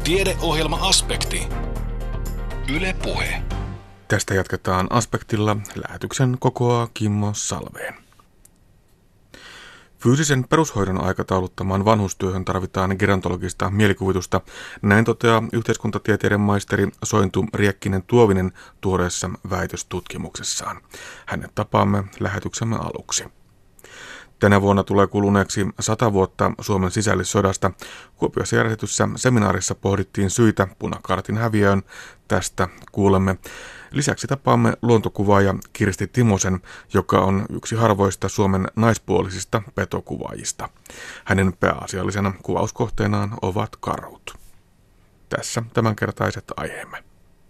Tiedeohjelma-aspekti. Yle Puhe. Tästä jatketaan Aspektilla. Lähetyksen kokoaa Kimmo Salveen. Fyysisen perushoidon aikatauluttamaan vanhustyöhön tarvitaan gerontologista mielikuvitusta. Näin toteaa yhteiskuntatieteiden maisteri Sointu Riekkinen-Tuovinen tuoreessa väitöstutkimuksessaan. Hänet tapaamme lähetyksemme aluksi. Tänä vuonna tulee kuluneeksi 100 vuotta Suomen sisällissodasta. Kuopiossa järjestetyssä seminaarissa pohdittiin syitä punakaartin häviöön. Tästä kuulemme. Lisäksi tapaamme luontokuvaaja Kirsti Timosen, joka on yksi harvoista Suomen naispuolisista petokuvaajista. Hänen pääasiallisena kuvauskohteenaan ovat karhut. Tässä tämänkertaiset aiheemme.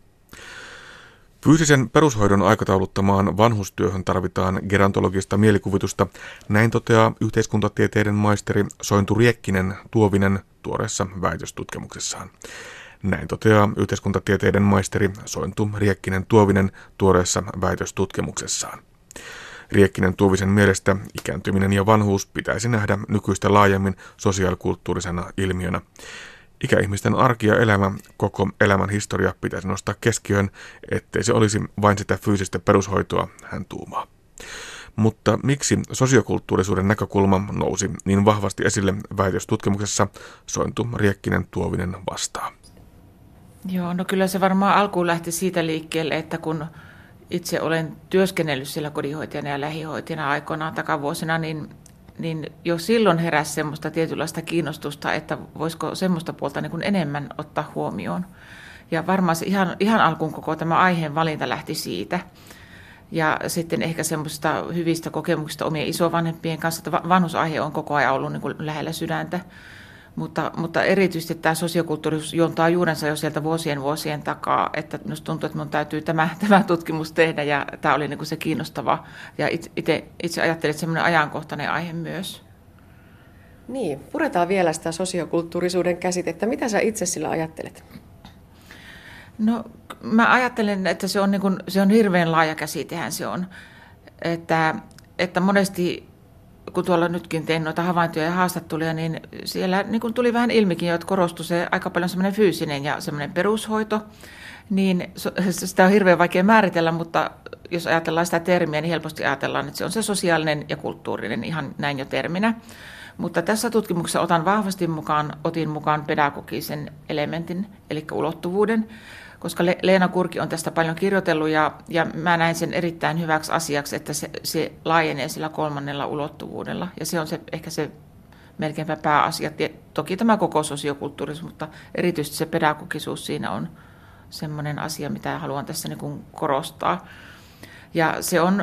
Fyysisen perushoidon aikatauluttamaan vanhustyöhön tarvitaan gerontologista mielikuvitusta. Näin toteaa yhteiskuntatieteiden maisteri Sointu Riekkinen-Tuovinen tuoreessa väitöstutkimuksessaan. Näin toteaa yhteiskuntatieteiden maisteri Sointu Riekkinen-Tuovinen tuoreessa väitöstutkimuksessaan. Riekkinen-Tuovisen mielestä ikääntyminen ja vanhuus pitäisi nähdä nykyistä laajemmin sosiaalikulttuurisena ilmiönä. Ikäihmisten arki ja elämä, koko elämän historia pitäisi nostaa keskiöön, ettei se olisi vain sitä fyysistä perushoitoa, hän tuumaa. Mutta miksi sosiokulttuurisuuden näkökulma nousi niin vahvasti esille väitöstutkimuksessa, Sointu Riekkinen-Tuovinen vastaa. Joo, no kyllä se varmaan alkuun lähti siitä liikkeelle, että kun itse olen työskennellyt siellä kodinhoitajana ja lähihoitajana aikoinaan takavuosina, niin jo silloin heräsi semmoista tietynlaista kiinnostusta, että voisiko semmoista puolta niin kuin enemmän ottaa huomioon. Ja varmaan se ihan alkuun koko tämä aiheen valinta lähti siitä. Ja sitten ehkä semmoista hyvistä kokemuksista omien isovanhempien kanssa, että vanhusaihe on koko ajan ollut niin kuin lähellä sydäntä. Mutta erityisesti tämä sosiokulttuurisuus juontaa juurensa jo sieltä vuosien takaa, että minusta tuntuu, että minun täytyy tämä tutkimus tehdä, ja tämä oli niin kuin se kiinnostava. Ja itse ajattelin, että semmoinen ajankohtainen aihe myös. Niin, puretaan vielä sitä sosiokulttuurisuuden käsitettä. Mitä sä itse sillä ajattelet? No, mä ajattelen, että se on hirveän laaja käsitehän se on. Että monesti, kun tuolla nytkin tein noita havaintoja ja haastatteluja, niin siellä niin kun tuli vähän ilmikin jo, että korostui se aika paljon semmoinen fyysinen ja semmoinen perushoito. Niin sitä on hirveän vaikea määritellä, mutta jos ajatellaan sitä termiä, niin helposti ajatellaan, että se on se sosiaalinen ja kulttuurinen ihan näin jo terminä. Mutta tässä tutkimuksessa otin mukaan pedagogisen elementin, eli ulottuvuuden, koska Leena Kurki on tästä paljon kirjoitellut ja mä näin sen erittäin hyväksi asiaksi, että se laajenee sillä kolmannella ulottuvuudella. Ja se on ehkä se melkeinpä pääasia. Toki tämä koko sosiokulttuurisuus, mutta erityisesti se pedagogisuus siinä on semmoinen asia, mitä haluan tässä niin kuin korostaa. Ja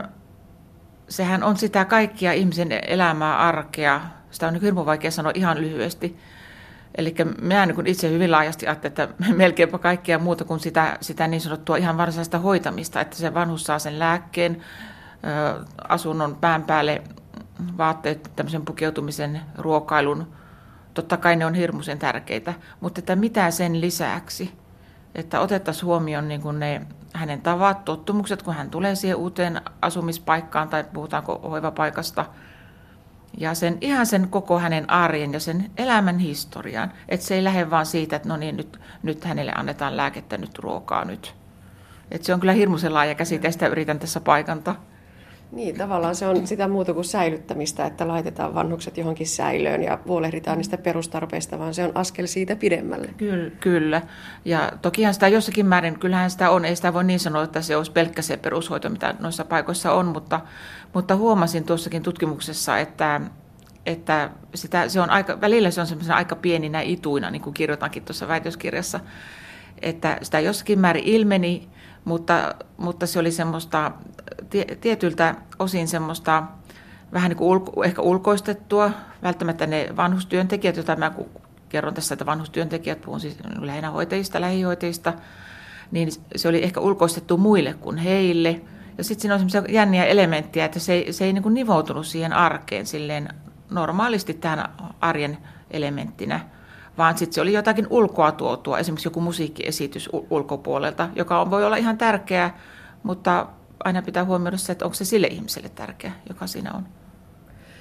sehän on sitä kaikkia ihmisen elämää, arkea. Sitä on niin hirveän vaikea sanoa ihan lyhyesti. Eli minä niin itse hyvin laajasti ajattelen, että melkeinpä kaikkea muuta kuin sitä niin sanottua ihan varsinaista hoitamista, että se vanhus saa sen lääkkeen, asunnon pään päälle, vaatteet, tämmöisen pukeutumisen, ruokailun. Totta kai ne on hirmuisen tärkeitä, mutta että mitä sen lisäksi, että otettaisiin huomioon niin kuin ne hänen tavat, tottumukset, kun hän tulee siihen uuteen asumispaikkaan tai puhutaanko hoivapaikasta, ja ihan sen koko hänen arjen ja sen elämän historian. Että se ei lähde vaan siitä, että no niin, nyt hänelle annetaan lääkettä, nyt ruokaa nyt. Että se on kyllä hirmuisen laaja käsite, ja sitä yritän tässä paikantaa. Niin, tavallaan se on sitä muuta kuin säilyttämistä, että laitetaan vanhukset johonkin säilöön ja huolehditaan niistä perustarpeista, vaan se on askel siitä pidemmälle. Kyllä. Ja tokihan sitä jossakin määrin, kyllähän sitä on, ei sitä voi niin sanoa, että se olisi pelkkä se perushoito, mitä noissa paikoissa on, mutta huomasin tuossakin tutkimuksessa, että se on välillä se on semmoisena aika pieninä ituina, niin kuin kirjoitankin tuossa väitöskirjassa, että sitä jossakin määrin ilmeni, mutta se oli semmoista tietyltä osin semmoista vähän niin kuin ehkä ulkoistettua. Välttämättä ne vanhustyöntekijät, joita mä kerron tässä, että vanhustyöntekijät, puhun siis lähinnä hoitajista, lähihoitajista, niin se oli ehkä ulkoistettu muille kuin heille. Ja sitten siinä on semmoisia jänniä elementtejä, että se ei niin kuin nivoutunut siihen arkeen silleen normaalisti tähän arjen elementtinä, vaan sitten se oli jotakin ulkoa tuotua, esimerkiksi joku musiikkiesitys ulkopuolelta, joka voi olla ihan tärkeä, mutta aina pitää huomioida se, että onko se sille ihmiselle tärkeä, joka siinä on.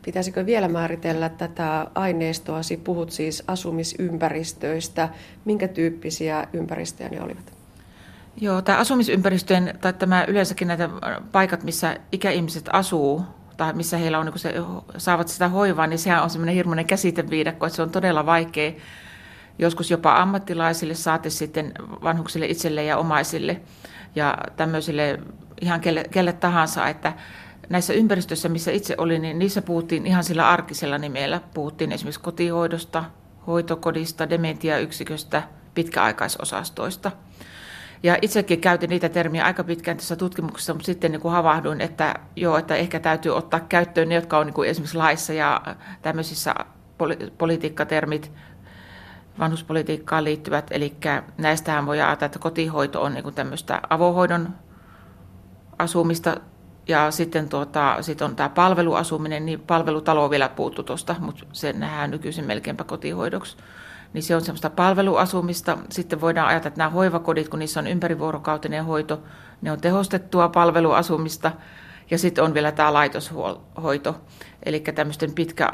Pitäisikö vielä määritellä tätä aineistoasi? Puhut siis asumisympäristöistä. Minkä tyyppisiä ympäristöjä ne olivat? Joo, tämä asumisympäristöjen tai tämä yleensäkin näitä paikat, missä ikäihmiset asuu tai missä heillä on, niin kun se, saavat sitä hoivaa, niin sehän on semmoinen hirmuinen käsiteviidakko, että se on todella vaikea joskus jopa ammattilaisille, saati sitten vanhuksille itselleen ja omaisille ja tämmöisille ihan kelle tahansa, että näissä ympäristöissä, missä itse olin, niin niissä puhuttiin ihan sillä arkisella nimellä. Puhuttiin esimerkiksi kotihoidosta, hoitokodista, dementiayksiköstä, pitkäaikaisosastoista. Ja itsekin käytin niitä termiä aika pitkään tässä tutkimuksessa, mutta sitten niin kuin havahduin, että ehkä täytyy ottaa käyttöön ne, jotka on niin kuin esimerkiksi laissa ja tämmöisissä politiikkatermit, vanhuspolitiikkaan liittyvät. Eli näistähän voi ajatella, että kotihoito on niin kuin tämmöistä avohoidon asumista. Ja sitten sit on tämä palveluasuminen, niin palvelutalo on vielä puuttu tuosta, mutta se nähdään nykyisin melkeinpä kotihoidoksi. Niin se on semmoista palveluasumista. Sitten voidaan ajatella, että nämä hoivakodit, kun niissä on ympärivuorokautinen hoito, ne on tehostettua palveluasumista. Ja sitten on vielä tämä laitoshoito, eli tämmöisten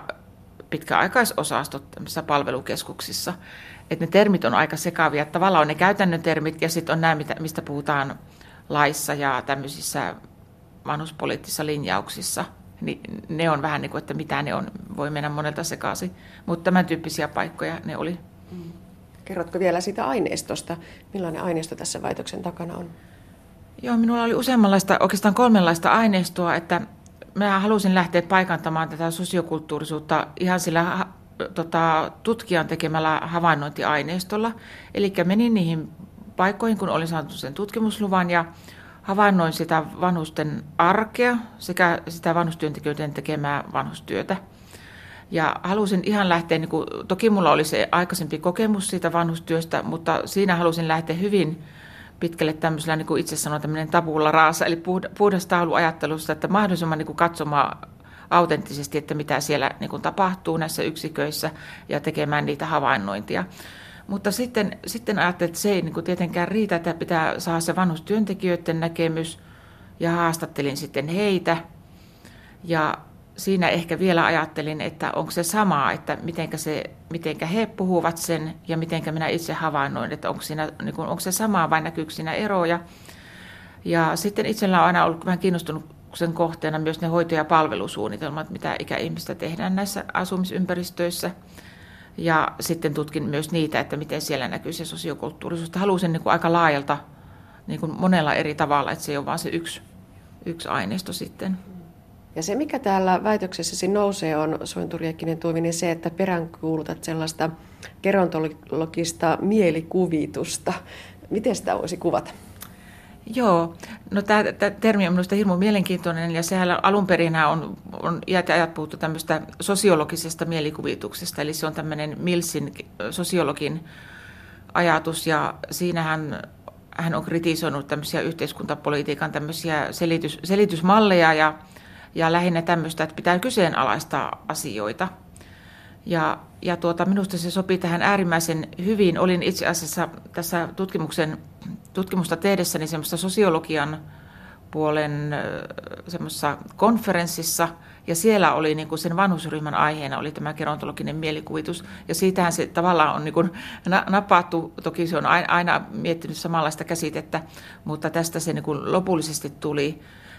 pitkäaikaisosastot tämmöisissä palvelukeskuksissa. Että ne termit on aika sekavia. Tavallaan on ne käytännön termit ja sitten on nämä, mistä puhutaan laissa ja tämmöisissä vanhuspoliittisissa linjauksissa, niin ne on vähän niin kuin, että mitä ne on, voi mennä monelta sekaisin, mutta tämän tyyppisiä paikkoja ne oli. Kerrotko vielä siitä aineistosta? Millainen aineisto tässä väitöksen takana on? Joo, minulla oli useammanlaista, oikeastaan 3 aineistoa, että mä halusin lähteä paikantamaan tätä sosiokulttuurisuutta ihan sillä tutkijan tekemällä havainnointiaineistolla. Eli menin niihin paikkoihin, kun olin saanut sen tutkimusluvan ja havainnoin sitä vanhusten arkea sekä sitä vanhustyöntekijöiden tekemää vanhustyötä. Ja halusin ihan lähteä, niin kuin, toki mulla oli se aikaisempi kokemus siitä vanhustyöstä, mutta siinä halusin lähteä hyvin pitkälle tämmöisellä, niin kuin itse sanoin, tämmöinen tabula rasa, eli puhdas tauluajattelusta, että mahdollisimman niin kuin katsomaan autenttisesti, että mitä siellä niin kuin tapahtuu näissä yksiköissä ja tekemään niitä havainnointia. Mutta sitten ajattelin, että se ei niin kuin tietenkään riitä, että pitää saada se vanhustyöntekijöiden näkemys ja haastattelin sitten heitä. Ja siinä ehkä vielä ajattelin, että onko se sama, että mitenkä he puhuvat sen ja mitenkä minä itse havainnoin, että onko se sama vai näkyykö siinä eroja. Ja sitten itsellä on aina ollut vähän kiinnostunut sen kohteena myös ne hoito- ja palvelusuunnitelmat, mitä ikäihmistä tehdään näissä asumisympäristöissä. Ja sitten tutkin myös niitä, että miten siellä näkyy se sosiokulttuurisuus. Halusin niin kuin aika laajalta niin kuin monella eri tavalla, että se ei ole vain se yksi aineisto sitten. Ja se, mikä täällä väitöksessäsi nousee, on Sointuriekinen-Tuominen se, että peräänkuulutat sellaista gerontologista mielikuvitusta. Miten sitä voisi kuvata? Joo, no tämä termi on minusta hirmu mielenkiintoinen ja sehän alun perin on iät ja ajat puhuttu tämmöistä sosiologisesta mielikuvituksesta, eli se on tämmöinen Millsin sosiologin ajatus ja siinähän hän on kritisoinut tämmöisiä yhteiskuntapolitiikan tämmöisiä selitysmalleja ja lähinnä tämmöistä, että pitää kyseenalaistaa asioita. Ja minusta se sopii tähän äärimmäisen hyvin. Olin itse asiassa tässä tutkimusta tehdessäni semmoista sosiologian puolen semmoisessa konferenssissa, ja siellä oli niin kuin sen vanhusryhmän aiheena oli tämä gerontologinen mielikuvitus, ja siitähän se tavallaan on niin kuin napattu, toki se on aina miettinyt samanlaista käsitettä, mutta tästä se niin kuin lopullisesti tuli,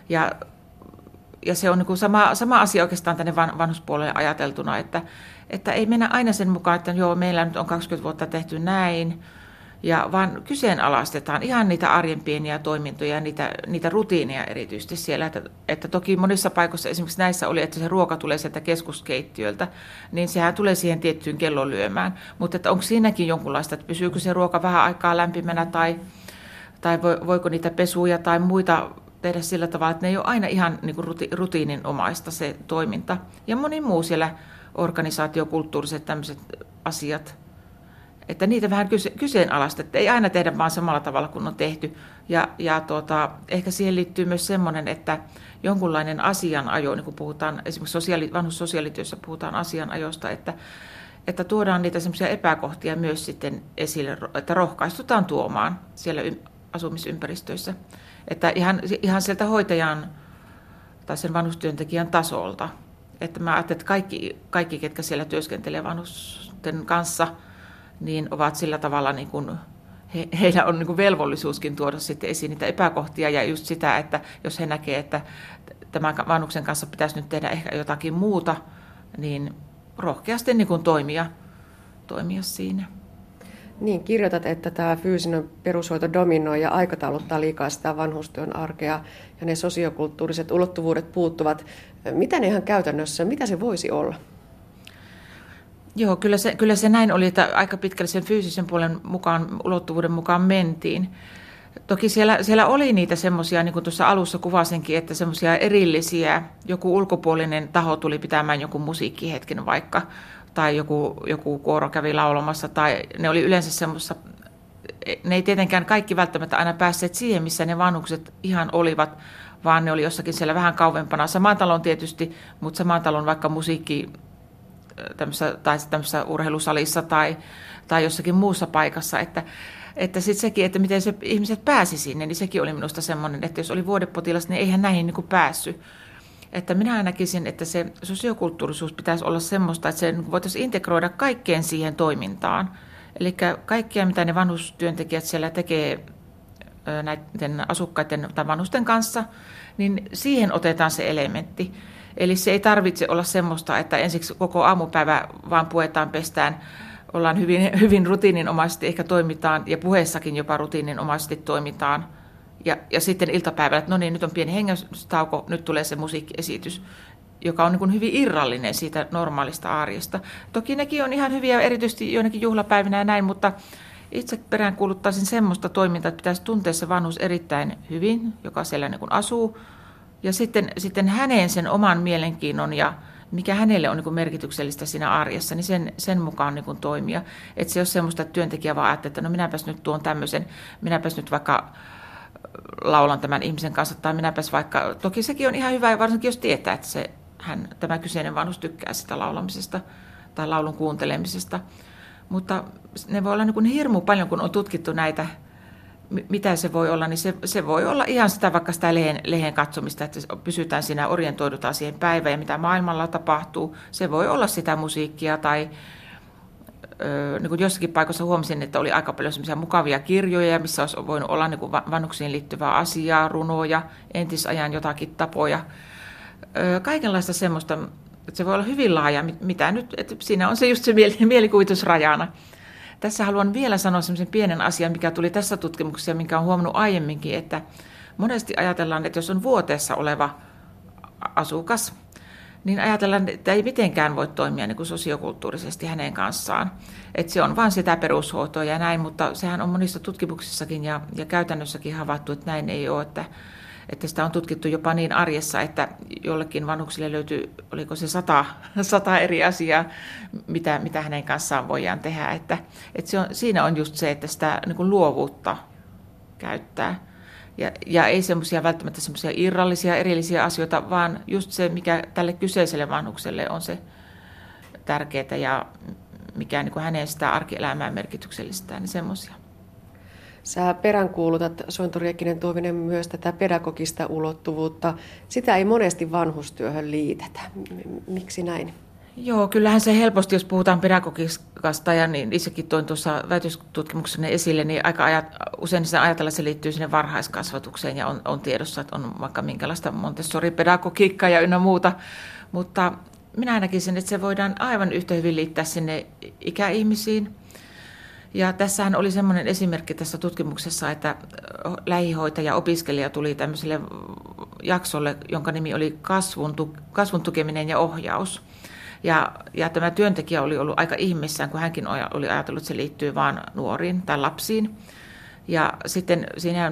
ja se on niin kuin sama asia oikeastaan tänne vanhuspuolelle ajateltuna, että ei mennä aina sen mukaan, että joo, meillä nyt on 20 vuotta tehty näin, ja vaan kyseenalaistetaan ihan niitä arjen pieniä toimintoja, niitä rutiineja erityisesti siellä. Että toki monissa paikoissa esimerkiksi näissä oli, että se ruoka tulee sieltä keskuskeittiöltä, niin sehän tulee siihen tiettyyn kellon lyömään. Mutta että onko siinäkin jonkunlaista, että pysyykö se ruoka vähän aikaa lämpimänä tai voiko niitä pesuja tai muita tehdä sillä tavalla, että ne ei ole aina ihan niin kuin rutiininomaista se toiminta. Ja moni muu siellä organisaatiokulttuuriset tämmöiset asiat, että niitä vähän kyseenalaista, että ei aina tehdä vaan samalla tavalla kuin on tehty. Ja ehkä siihen liittyy myös semmoinen, että jonkunlainen asianajo, niin kuin puhutaan esimerkiksi vanhussosiaalityössä puhutaan asianajosta, että tuodaan niitä semmoisia epäkohtia myös sitten esille, että rohkaistutaan tuomaan siellä asumisympäristöissä. Että ihan sieltä hoitajan tai sen vanhustyöntekijän tasolta. Että mä ajattelen, että kaikki ketkä siellä työskentelee vanhusten kanssa, niin ovat sillä tavalla, niin kuin, heillä on niin kuin velvollisuuskin tuoda sitten esiin niitä epäkohtia ja just sitä, että jos he näkee, että tämän vanhuksen kanssa pitäisi nyt tehdä ehkä jotakin muuta, niin rohkeasti niin kuin toimia siinä. Niin, kirjoitat, että tämä fyysinen perushoito dominoi ja aikatauluttaa liikaa sitä vanhustyön arkea ja ne sosiokulttuuriset ulottuvuudet puuttuvat. Mitä ne ihan käytännössä, mitä se voisi olla? Joo, kyllä se näin oli, että aika pitkälle sen fyysisen puolen ulottuvuuden mukaan mentiin. Toki siellä oli niitä semmoisia, niin kuin tuossa alussa kuvasinkin, että semmoisia erillisiä, joku ulkopuolinen taho tuli pitämään joku musiikkihetken vaikka, tai joku kuoro kävi laulamassa, tai ne oli yleensä semmoista, ne ei tietenkään kaikki välttämättä aina päässeet siihen, missä ne vanhukset ihan olivat, vaan ne oli jossakin siellä vähän kauempana. Samaan talon tietysti, mutta samaan talon vaikka musiikki tämmöisessä urheilusalissa tai jossakin muussa paikassa, että sitten sekin, että miten se ihmiset pääsi sinne, niin sekin oli minusta semmoinen, että jos oli vuodepotilas, niin eihän näihin niin kuin päässyt. Että minä näkisin, että se sosiokulttuurisuus pitäisi olla semmoista, että se voitaisiin integroida kaikkeen siihen toimintaan. Eli kaikkea, mitä ne vanhustyöntekijät siellä tekee näiden asukkaiden tai vanhusten kanssa, niin siihen otetaan se elementti. Eli se ei tarvitse olla semmoista, että ensiksi koko aamupäivä vaan puetaan, pestään, ollaan hyvin rutiininomaisesti ehkä toimitaan ja puheessakin jopa rutiininomaisesti toimitaan. Ja sitten iltapäivällä, että no niin, nyt on pieni hengästauko, nyt tulee se musiikkiesitys, joka on niin kuin hyvin irrallinen siitä normaalista arjesta. Toki nekin on ihan hyviä, erityisesti joinakin juhlapäivinä ja näin, mutta itse peräänkuuluttaisin semmoista toimintaa, että pitäisi tuntea se vanhus erittäin hyvin, joka siellä niin kuin asuu. Ja sitten hänen sen oman mielenkiinnon ja mikä hänelle on niin kuin merkityksellistä siinä arjessa, niin sen mukaan niin kuin toimia. Että se ei ole semmoista, että työntekijä vaan ajattelee, että no minäpäs nyt tuon tämmöisen, minäpäs nyt vaikka laulan tämän ihmisen kanssa, tai minäpäs vaikka, toki sekin on ihan hyvä, varsinkin jos tietää, että tämä kyseinen vanhus tykkää sitä laulamisesta tai laulun kuuntelemisesta. Mutta ne voi olla niin kuin hirmu paljon, kun on tutkittu näitä, mitä se voi olla, niin se voi olla ihan sitä vaikka sitä lehen katsomista, että pysytään siinä, orientoidutaan siihen päivään ja mitä maailmalla tapahtuu. Se voi olla sitä musiikkia tai niin kuin jossakin paikassa huomasin, että oli aika paljon semmoisia mukavia kirjoja, missä olisi voinut olla niin kuin vanhuksiin liittyvää asiaa, runoja, entisajan jotakin tapoja. Kaikenlaista semmoista, että se voi olla hyvin laaja, mitä nyt, että siinä on se just se mielikuvitusrajana. Tässä haluan vielä sanoa semmoisen pienen asian, mikä tuli tässä tutkimuksessa ja minkä olen huomannut aiemminkin, että monesti ajatellaan, että jos on vuoteessa oleva asukas, niin ajatellaan, että ei mitenkään voi toimia niin kuin sosiokulttuurisesti hänen kanssaan. Että se on vain sitä perushoitoa ja näin, mutta sehän on monissa tutkimuksissakin ja käytännössäkin havaittu, että näin ei ole, että sitä on tutkittu jopa niin arjessa, että jollekin vanhuksille löytyy, oliko se 100 eri asiaa, mitä hänen kanssaan voidaan tehdä. Että siinä on just se, että sitä niin kuin luovuutta käyttää. Ja ei välttämättä semmoisia irrallisia, erillisiä asioita, vaan just se, mikä tälle kyseiselle vanhukselle on se tärkeää ja mikä niin kuin hänen sitä arkielämää merkityksellistää, niin semmoisia. Sä peräänkuulutat, Sointu Riekkinen-Tuovinen, myös tätä pedagogista ulottuvuutta. Sitä ei monesti vanhustyöhön liitetä. Miksi näin? Joo, kyllähän se helposti, jos puhutaan pedagogiikasta, ja niin itsekin toin tuossa väitöstutkimuksenne esille, niin aika usein sen ajatella, se liittyy sinne varhaiskasvatukseen, ja on tiedossa, että on vaikka minkälaista Montessori-pedagogiikkaa ja ynnä muuta, mutta minä näkisin, että se voidaan aivan yhtä hyvin liittää sinne ikäihmisiin. Ja tässähän oli semmoinen esimerkki tässä tutkimuksessa, että lähihoitaja-opiskelija tuli tämmöiselle jaksolle, jonka nimi oli kasvun tukeminen ja ohjaus. Ja tämä työntekijä oli ollut aika ihmeissään, kun hänkin oli ajatellut, että se liittyy vain nuoriin tai lapsiin. Ja sitten siinä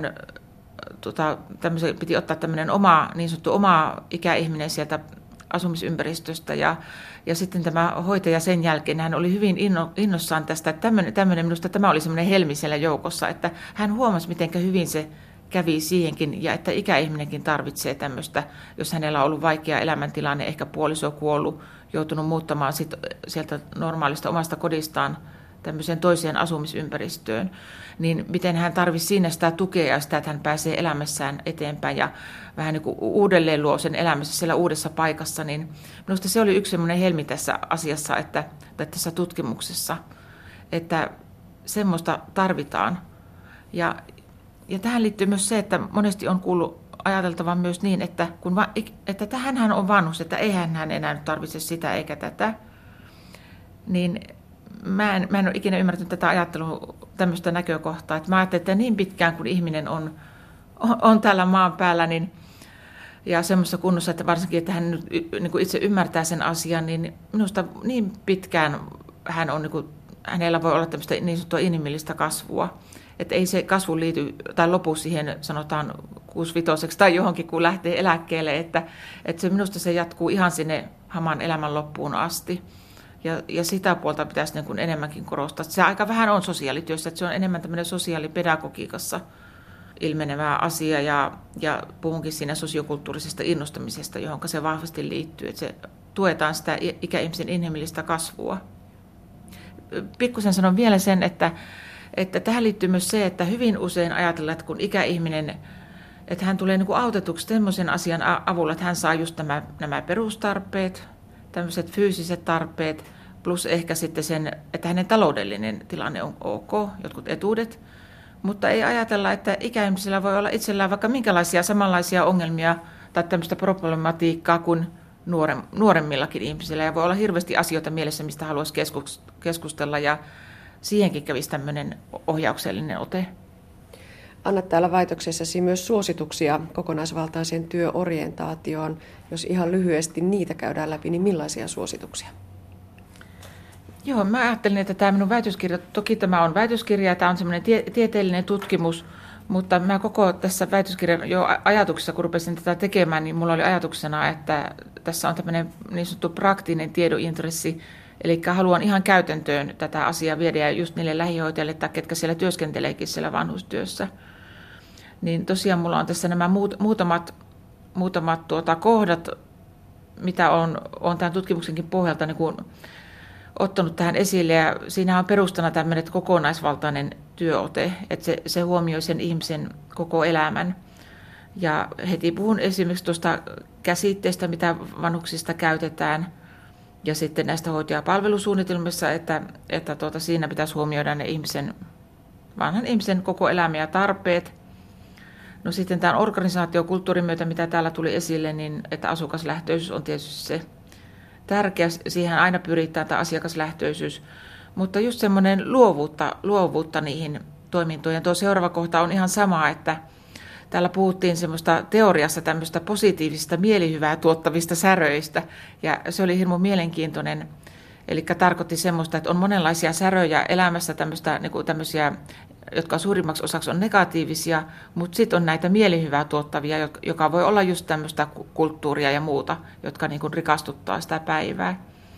piti ottaa tämmöinen niin sanottu oma ikäihminen sieltä asumisympäristöstä ja sitten tämä hoitaja sen jälkeen, hän oli hyvin innossaan tästä, että minusta tämä oli semmoinen helmi siellä joukossa, että hän huomasi, miten hyvin se kävi siihenkin ja että ikäihminenkin tarvitsee tämmöistä, jos hänellä on ollut vaikea elämäntilanne, ehkä puoliso kuollut, joutunut muuttamaan sieltä normaalista omasta kodistaan tämmöiseen toiseen asumisympäristöön, niin miten hän tarvitsisi siinä sitä tukea ja sitä, että hän pääsee elämässään eteenpäin ja vähän niin kuin uudelleen luo sen elämässä siellä uudessa paikassa, niin minusta se oli yksi semmoinen helmi tässä asiassa, tai tässä tutkimuksessa, että semmoista tarvitaan. Ja tähän liittyy myös se, että monesti on kuullut ajateltavan myös niin, että hänhän on vanhus, että eihän hän enää nyt tarvitse sitä eikä tätä. Niin mä en ole ikinä ymmärtänyt tätä ajattelua, tämmöistä näkökohtaa. Että mä ajattelen, että niin pitkään kun ihminen on täällä maan päällä niin, ja semmoisessa kunnossa, että varsinkin, että hän nyt, niin kuin itse ymmärtää sen asian, niin minusta niin pitkään hänellä voi olla tämmöistä niin sanottua inhimillistä kasvua. Että ei se kasvu liity tai lopu siihen sanotaan 65 tai johonkin, kun lähtee eläkkeelle, että se minusta se jatkuu ihan sinne hamaan elämän loppuun asti. Ja sitä puolta pitäisi niin kuin enemmänkin korostaa. Se aika vähän on sosiaalityössä, että se on enemmän tämmöinen sosiaalipedagogiikassa ilmenevä asia ja puhunkin siinä sosiokulttuurisesta innostamisesta, johon se vahvasti liittyy, että se tuetaan sitä ikäihmisen inhimillistä kasvua. Pikkusen sanon vielä sen, että tähän liittyy myös se, että hyvin usein ajatellaan, että kun ikäihminen, että hän tulee niin kuin autetuksi semmoisen asian avulla, että hän saa just nämä perustarpeet, tämmöiset fyysiset tarpeet, plus ehkä sitten sen, että hänen taloudellinen tilanne on ok, jotkut etuudet, mutta ei ajatella, että ikäihmisillä voi olla itsellään vaikka minkälaisia samanlaisia ongelmia tai tämmöistä problematiikkaa kuin nuoremmillakin ihmisillä, ja voi olla hirveästi asioita mielessä, mistä haluaisi keskustella, ja siihenkin kävisi tämmöinen ohjauksellinen ote. Annat täällä väitöksessäsi myös suosituksia kokonaisvaltaiseen työorientaatioon. Jos ihan lyhyesti niitä käydään läpi, niin millaisia suosituksia? Joo, mä ajattelin, että tämä minun väitöskirja, toki tämä on väitöskirja ja tämä on semmoinen tieteellinen tutkimus, mutta mä koko tässä väitöskirjan jo ajatuksessa, kun rupesin tätä tekemään, niin mulla oli ajatuksena, että tässä on tämmöinen niin sanottu praktinen tiedonintressi, eli haluan ihan käytäntöön tätä asiaa viedä ja just niille lähihoitajille tai ketkä siellä työskenteleekin siellä vanhustyössä. Niin tosiaan mulla on tässä nämä muutamat kohdat, mitä on tämän tutkimuksenkin pohjalta niin kuin ottanut tähän esille. Ja siinä on perustana tämmöinen kokonaisvaltainen työote, että se huomioi sen ihmisen koko elämän. Ja heti puhun esimerkiksi tuosta käsitteestä, mitä vanhuksista käytetään, ja sitten näistä hoitajapalvelusuunnitelmissa, että siinä pitäisi huomioida ne vanhan ihmisen koko elämä ja tarpeet. No sitten tämän organisaatiokulttuurin myötä, mitä täällä tuli esille, niin että asukaslähtöisyys on tietysti se tärkeä. Siihen aina pyritään tämä asiakaslähtöisyys, mutta just semmoinen luovuutta niihin toimintoihin. Tuo seuraava kohta on ihan sama, että täällä puhuttiin semmoista teoriassa tämmöistä positiivisista mielihyvää tuottavista säröistä, ja se oli hirmu mielenkiintoinen. Eli tarkoitti semmoista, että on monenlaisia säröjä elämässä, tämmöisiä, jotka suurimmaksi osaksi on negatiivisia, mutta sitten on näitä mielihyvää tuottavia, joka voi olla just tämmöistä kulttuuria ja muuta, jotka niin kuin rikastuttaa sitä päivää.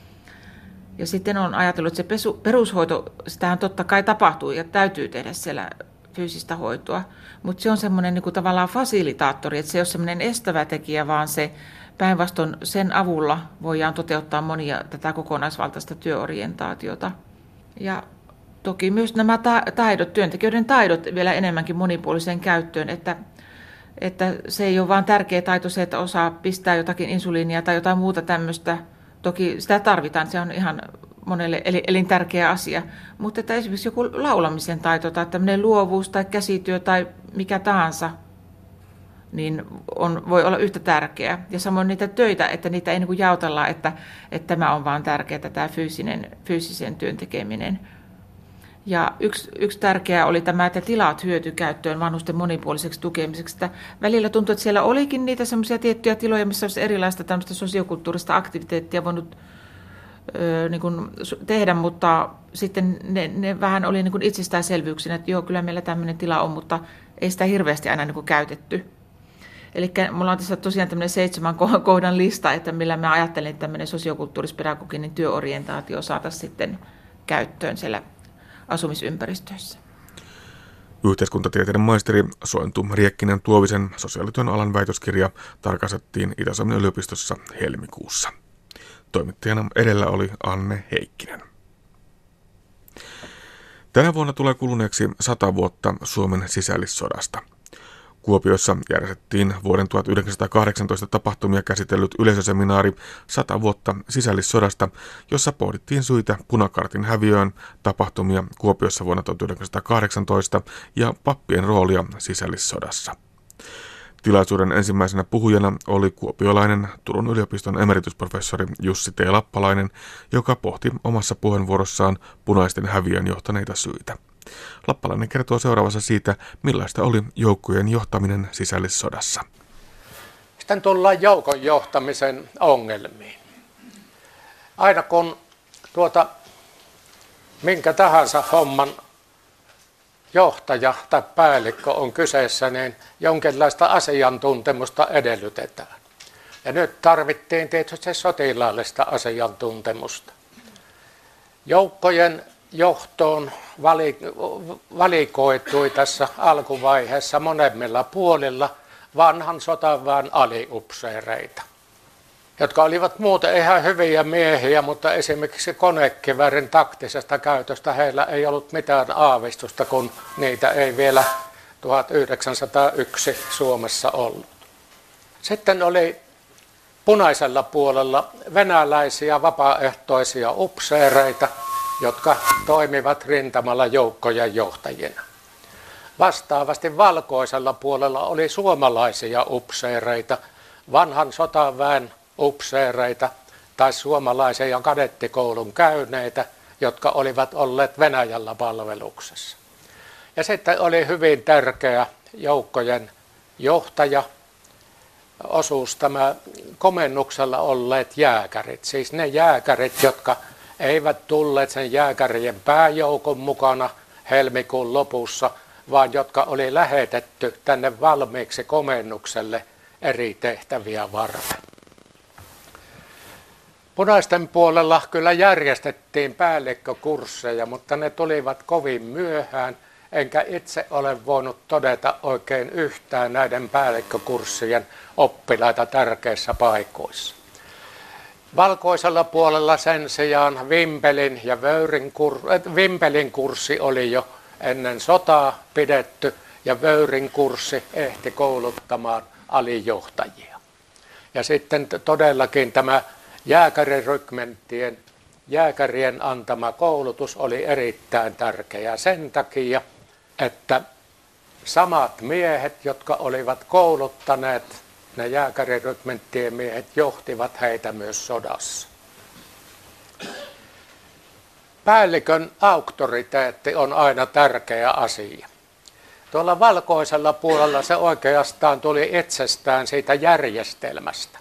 Ja sitten on ajatellut, että se perushoito, sitähän totta kai tapahtuu ja täytyy tehdä siellä fyysistä hoitoa, mutta se on semmoinen niin kuin tavallaan fasilitaattori, että se ei ole semmoinen estävä tekijä, vaan se päinvastoin sen avulla voidaan toteuttaa monia tätä kokonaisvaltaista työorientaatiota. Ja toki myös nämä työntekijöiden taidot vielä enemmänkin monipuoliseen käyttöön, että se ei ole vain tärkeä taito se, että osaa pistää jotakin insuliinia tai jotain muuta tämmöistä. Toki sitä tarvitaan, se on ihan monelle elintärkeä asia, mutta että esimerkiksi joku laulamisen taito tai tämmöinen luovuus tai käsityö tai mikä tahansa, niin voi olla yhtä tärkeää. Ja samoin niitä töitä, että niitä ei niin kuin jaotella, että tämä on vaan tärkeää, tämä fyysisen työn tekeminen. Ja yksi tärkeä oli tämä, että tilat hyötykäyttöön vanhusten monipuoliseksi tukemiseksi. Että välillä tuntui, että siellä olikin niitä semmoisia tiettyjä tiloja, missä olisi erilaista tämmöistä sosiokulttuurista aktiviteettia voinut niin kuin tehdä, mutta sitten ne vähän oli niin kuin itsestäänselvyyksinä, että joo, kyllä meillä tämmöinen tila on, mutta ei sitä hirveästi aina niin kuin käytetty. Eli mulla on tässä tosiaan tämmöinen 7 kohdan lista, että millä mä ajattelin, että tämmöinen sosiokulttuurispedagoginen työorientaatio saataisiin sitten käyttöön siellä asumisympäristöissä. Yhteiskuntatieteiden maisteri Sointu Riekkinen Tuovisen sosiaalityön alan väitöskirja tarkastettiin Itä-Suomen yliopistossa helmikuussa. Toimittajana edellä oli Anne Heikkinen. Tänä vuonna tulee kuluneeksi 100 vuotta Suomen sisällissodasta. Kuopiossa järjestettiin vuoden 1918 tapahtumia käsitellyt yleisöseminaari 100 vuotta sisällissodasta, jossa pohdittiin syitä punakartin häviöön, tapahtumia Kuopiossa vuonna 1918 ja pappien roolia sisällissodassa. Tilaisuuden ensimmäisenä puhujana oli kuopiolainen Turun yliopiston emeritusprofessori Jussi T. Lappalainen, joka pohti omassa puheenvuorossaan punaisten häviön johtaneita syitä. Lappalainen kertoo seuraavassa siitä, millaista oli joukkojen johtaminen sisällissodassa. Sitten tullaan joukon johtamisen ongelmiin. Aina kun minkä tahansa homman johtaja tai päällikkö on kyseessä, niin jonkinlaista asiantuntemusta edellytetään. Ja nyt tarvittiin tietysti sotilaallista asiantuntemusta. Joukkojen johtoon valikoitui tässä alkuvaiheessa molemmilla puolilla vanhan sotaväen aliupseereita, jotka olivat muuten ihan hyviä miehiä, mutta esimerkiksi konekiväärin taktisesta käytöstä heillä ei ollut mitään aavistusta, kun niitä ei vielä 1901 Suomessa ollut. Sitten oli punaisella puolella venäläisiä vapaaehtoisia upseereita, jotka toimivat rintamalla joukkojen johtajina. Vastaavasti valkoisella puolella oli suomalaisia upseereita, vanhan sotaväen upseereita tai suomalaisia kadettikoulun käyneitä, jotka olivat olleet Venäjällä palveluksessa. Ja sitten oli hyvin tärkeä joukkojen johtaja, osuus tämä komennuksella olleet jääkärit, siis ne jääkärit, jotka eivät tulleet sen jääkärien pääjoukon mukana helmikuun lopussa, vaan jotka oli lähetetty tänne valmiiksi komennukselle eri tehtäviä varten. Punaisten puolella kyllä järjestettiin päällikkökursseja, mutta ne tulivat kovin myöhään, enkä itse ole voinut todeta oikein yhtään näiden päällikkökurssien oppilaita tärkeissä paikoissa. Valkoisella puolella sen sijaan Vimpelin kurssi oli jo ennen sotaa pidetty ja Vöyrin kurssi ehti kouluttamaan alijohtajia. Ja sitten todellakin tämä jääkärirykmenttien, jääkärien antama koulutus oli erittäin tärkeä sen takia, että samat miehet, jotka olivat kouluttaneet, ne jääkärirykmenttien miehet johtivat heitä myös sodassa. Päällikön auktoriteetti on aina tärkeä asia. Tuolla valkoisella puolella se oikeastaan tuli itsestään siitä järjestelmästä,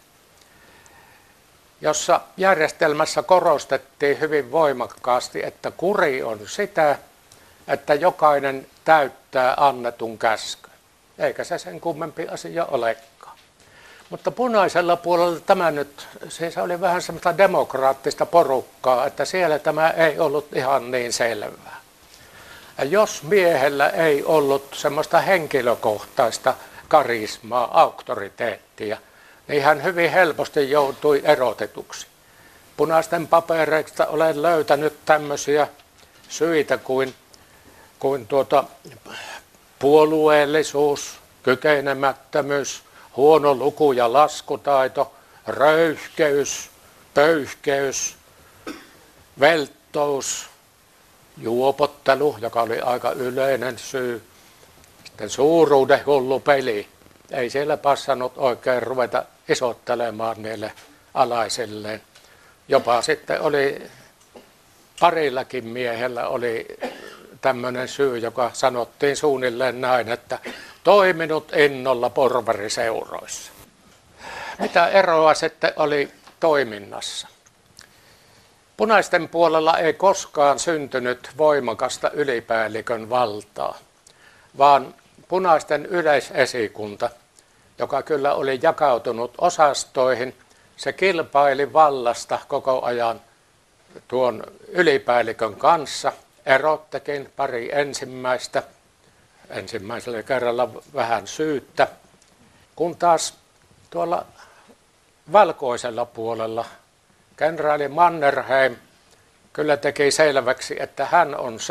jossa järjestelmässä korostettiin hyvin voimakkaasti, että kuri on sitä, että jokainen täyttää annetun käskyn. Eikä se sen kummempi asia olekaan. Mutta punaisella puolella tämä nyt, siis oli vähän semmoista demokraattista porukkaa, että siellä tämä ei ollut ihan niin selvää. Ja jos miehellä ei ollut semmoista henkilökohtaista karismaa, auktoriteettia, niin hän hyvin helposti joutui erotetuksi. Punaisten papereista olen löytänyt tämmöisiä syitä kuin puolueellisuus, kykenemättömyys, huono luku- ja laskutaito, röyhkeys, pöyhkeys, velttous, juopottelu, joka oli aika yleinen syy, sitten suuruuden hullu peli. Ei siellä passannut oikein ruveta isottelemaan niille alaisilleen. Jopa sitten oli parillakin miehellä oli tämmöinen syy, joka sanottiin suunnilleen näin, että toiminut innolla porvariseuroissa. Mitä eroa sitten oli toiminnassa? Punaisten puolella ei koskaan syntynyt voimakasta ylipäällikön valtaa, vaan punaisten yleisesikunta, joka kyllä oli jakautunut osastoihin, se kilpaili vallasta koko ajan tuon ylipäällikön kanssa. Erottekin pari ensimmäisellä kerralla vähän syyttä, kun taas tuolla valkoisella puolella kenraali Mannerheim kyllä teki selväksi, että hän on se,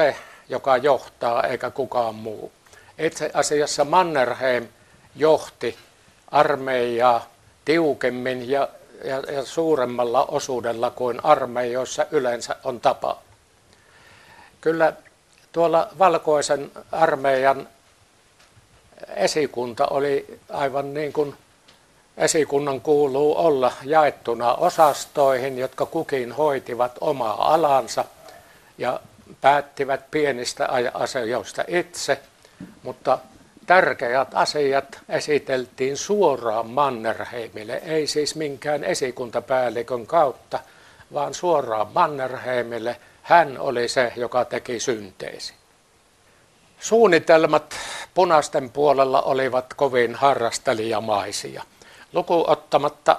joka johtaa, eikä kukaan muu. Itse asiassa Mannerheim johti armeijaa tiukemmin ja suuremmalla osuudella kuin armeijoissa yleensä on tapa. Kyllä tuolla valkoisen armeijan esikunta oli aivan niin kuin esikunnan kuuluu olla jaettuna osastoihin, jotka kukin hoitivat omaa alansa ja päättivät pienistä asioista itse, mutta tärkeät asiat esiteltiin suoraan Mannerheimille, ei siis minkään esikuntapäällikön kautta, vaan suoraan Mannerheimille. Hän oli se, joka teki synteesi. Suunnitelmat punaisten puolella olivat kovin harrastelijamaisia. Lukuun ottamatta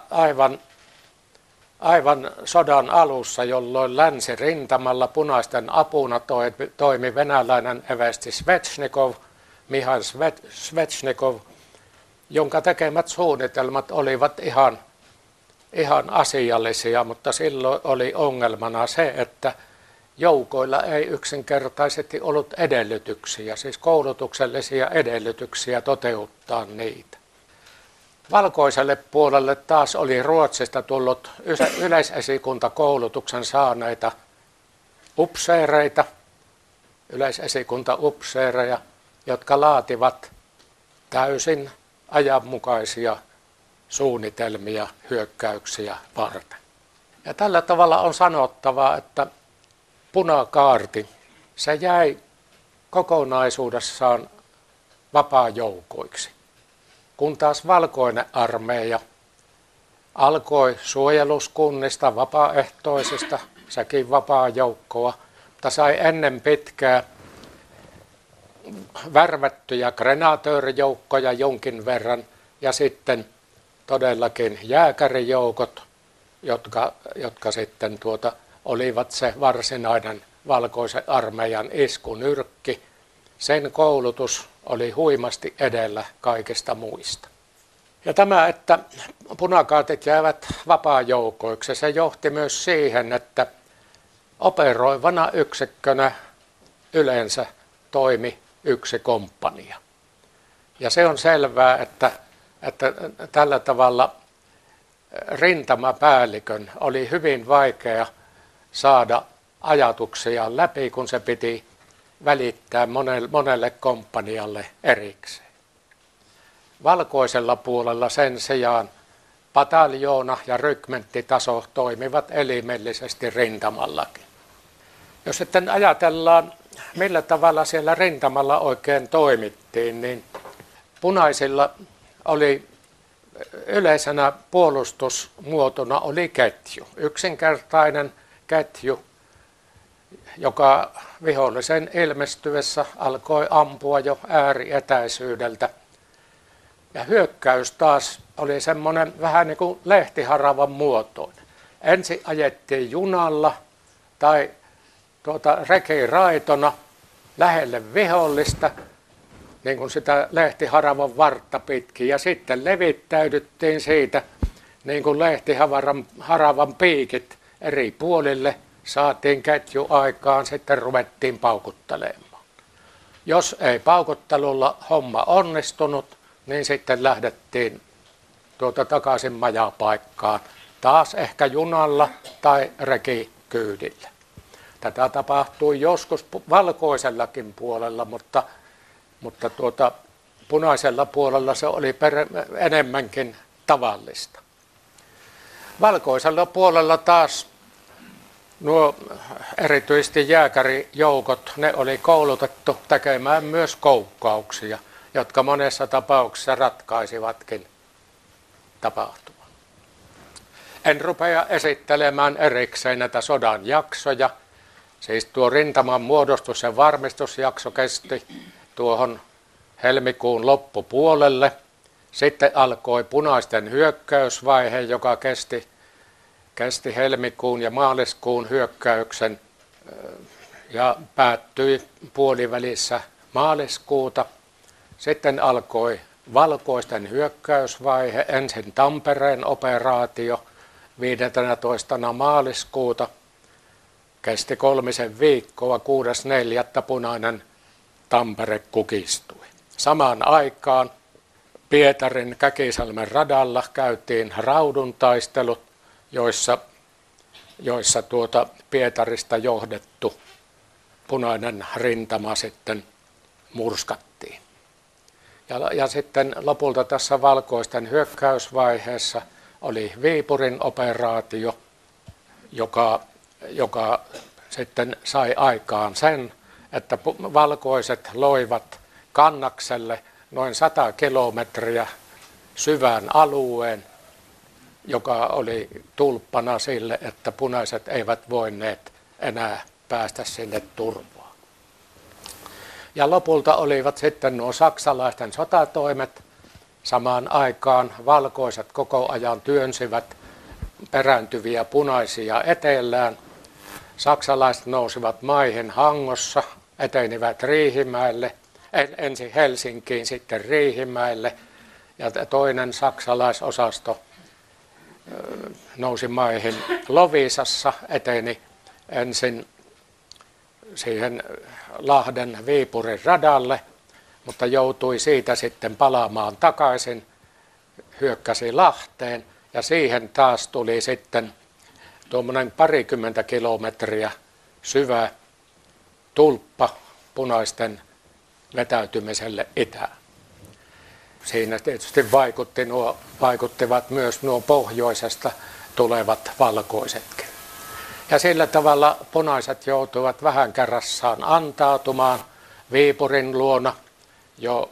aivan sodan alussa, jolloin länsirintamalla punaisten apuna toimi venäläinen eversti Svechnikov, Mihail Svechnikov, jonka tekemät suunnitelmat olivat ihan asiallisia, mutta silloin oli ongelmana se, että joukoilla ei yksinkertaisesti ollut edellytyksiä, siis koulutuksellisia edellytyksiä toteuttaa niitä. Valkoiselle puolelle taas oli Ruotsista tullut yleisesikuntakoulutuksen saaneita upseereita, yleisesikuntaupseereja, jotka laativat täysin ajanmukaisia suunnitelmia hyökkäyksiä varten. Ja tällä tavalla on sanottava, että punakaarti, se jäi kokonaisuudessaan vapaajoukoiksi, kun taas valkoinen armeija alkoi suojeluskunnista, vapaaehtoisista, sekin vapaajoukkoa, mutta sai ennen pitkää värvättyjä grenatöörijoukkoja jonkin verran ja sitten todellakin jääkärijoukot, jotka sitten olivat se varsinainen valkoisen armeijan iskunyrkki. Sen koulutus oli huimasti edellä kaikista muista. Ja tämä, että punakaatit jäävät vapaajoukoiksi, se johti myös siihen, että operoivana yksikkönä yleensä toimi yksi komppania. Ja se on selvää, että tällä tavalla rintamapäällikön oli hyvin vaikea saada ajatuksia läpi, kun se piti välittää monelle komppanialle erikseen. Valkoisella puolella sen sijaan pataljoona ja rykmenttitaso toimivat elimellisesti rintamallakin. Jos sitten ajatellaan, millä tavalla siellä rintamalla oikein toimittiin, niin punaisilla oli yleisenä puolustusmuotona oli ketju, yksinkertainen ketju, joka vihollisen ilmestyessä alkoi ampua jo äärietäisyydeltä. Ja hyökkäys taas oli semmoinen vähän niin kuin lehtiharavan muotoinen. Ensin ajettiin junalla tai rekiraitona lähelle vihollista, niin kuin sitä lehtiharavan vartta pitkin, ja sitten levittäydyttiin siitä, niin kuin lehtiharavan piikit eri puolille, saatiin ketju aikaan, sitten ruvettiin paukuttelemaan. Jos ei paukuttelulla homma onnistunut, niin sitten lähdettiin takaisin majapaikkaan, taas ehkä junalla tai rekikyydillä. Tätä tapahtui joskus valkoisellakin puolella, mutta punaisella puolella se oli enemmänkin tavallista. Valkoisella puolella taas nuo erityisesti jääkärijoukot, ne oli koulutettu tekemään myös koukkauksia, jotka monessa tapauksessa ratkaisivatkin tapahtuman. En rupea esittelemään erikseen näitä sodan jaksoja. Siis tuo rintaman muodostus- ja varmistusjakso kesti tuohon helmikuun loppupuolelle. Sitten alkoi punaisten hyökkäysvaihe, joka kesti helmikuun ja maaliskuun hyökkäyksen ja päättyi puolivälissä maaliskuuta. Sitten alkoi valkoisten hyökkäysvaihe, ensin Tampereen operaatio 15. maaliskuuta. Kesti 3 viikkoa, 6.4. punainen Tampere kukistui. Samaan aikaan Pietarin Käkisalmen radalla käytiin rauduntaistelut, joissa Pietarista johdettu punainen rintama sitten murskattiin. Ja sitten lopulta tässä valkoisten hyökkäysvaiheessa oli Viipurin operaatio, joka sitten sai aikaan sen, että valkoiset loivat Kannakselle noin 100 kilometriä syvään alueen, joka oli tulppana sille, että punaiset eivät voineet enää päästä sinne turvaan. Ja lopulta olivat sitten nuo saksalaisten sotatoimet. Samaan aikaan valkoiset koko ajan työnsivät perääntyviä punaisia etelään. Saksalaiset nousivat maihin Hangossa, etenivät Riihimäelle, ensin Helsinkiin, sitten Riihimäelle. Ja toinen saksalaisosasto nousi maihin Loviisassa, eteni ensin siihen Lahden Viipurin radalle, mutta joutui siitä sitten palaamaan takaisin, hyökkäsi Lahteen ja siihen taas tuli sitten tuommoinen 20 kilometriä syvä tulppa punaisten vetäytymiselle itään. Siinä tietysti vaikuttivat myös nuo pohjoisesta tulevat valkoisetkin. Ja sillä tavalla punaiset joutuivat vähän kerrassaan antautumaan Viipurin luona jo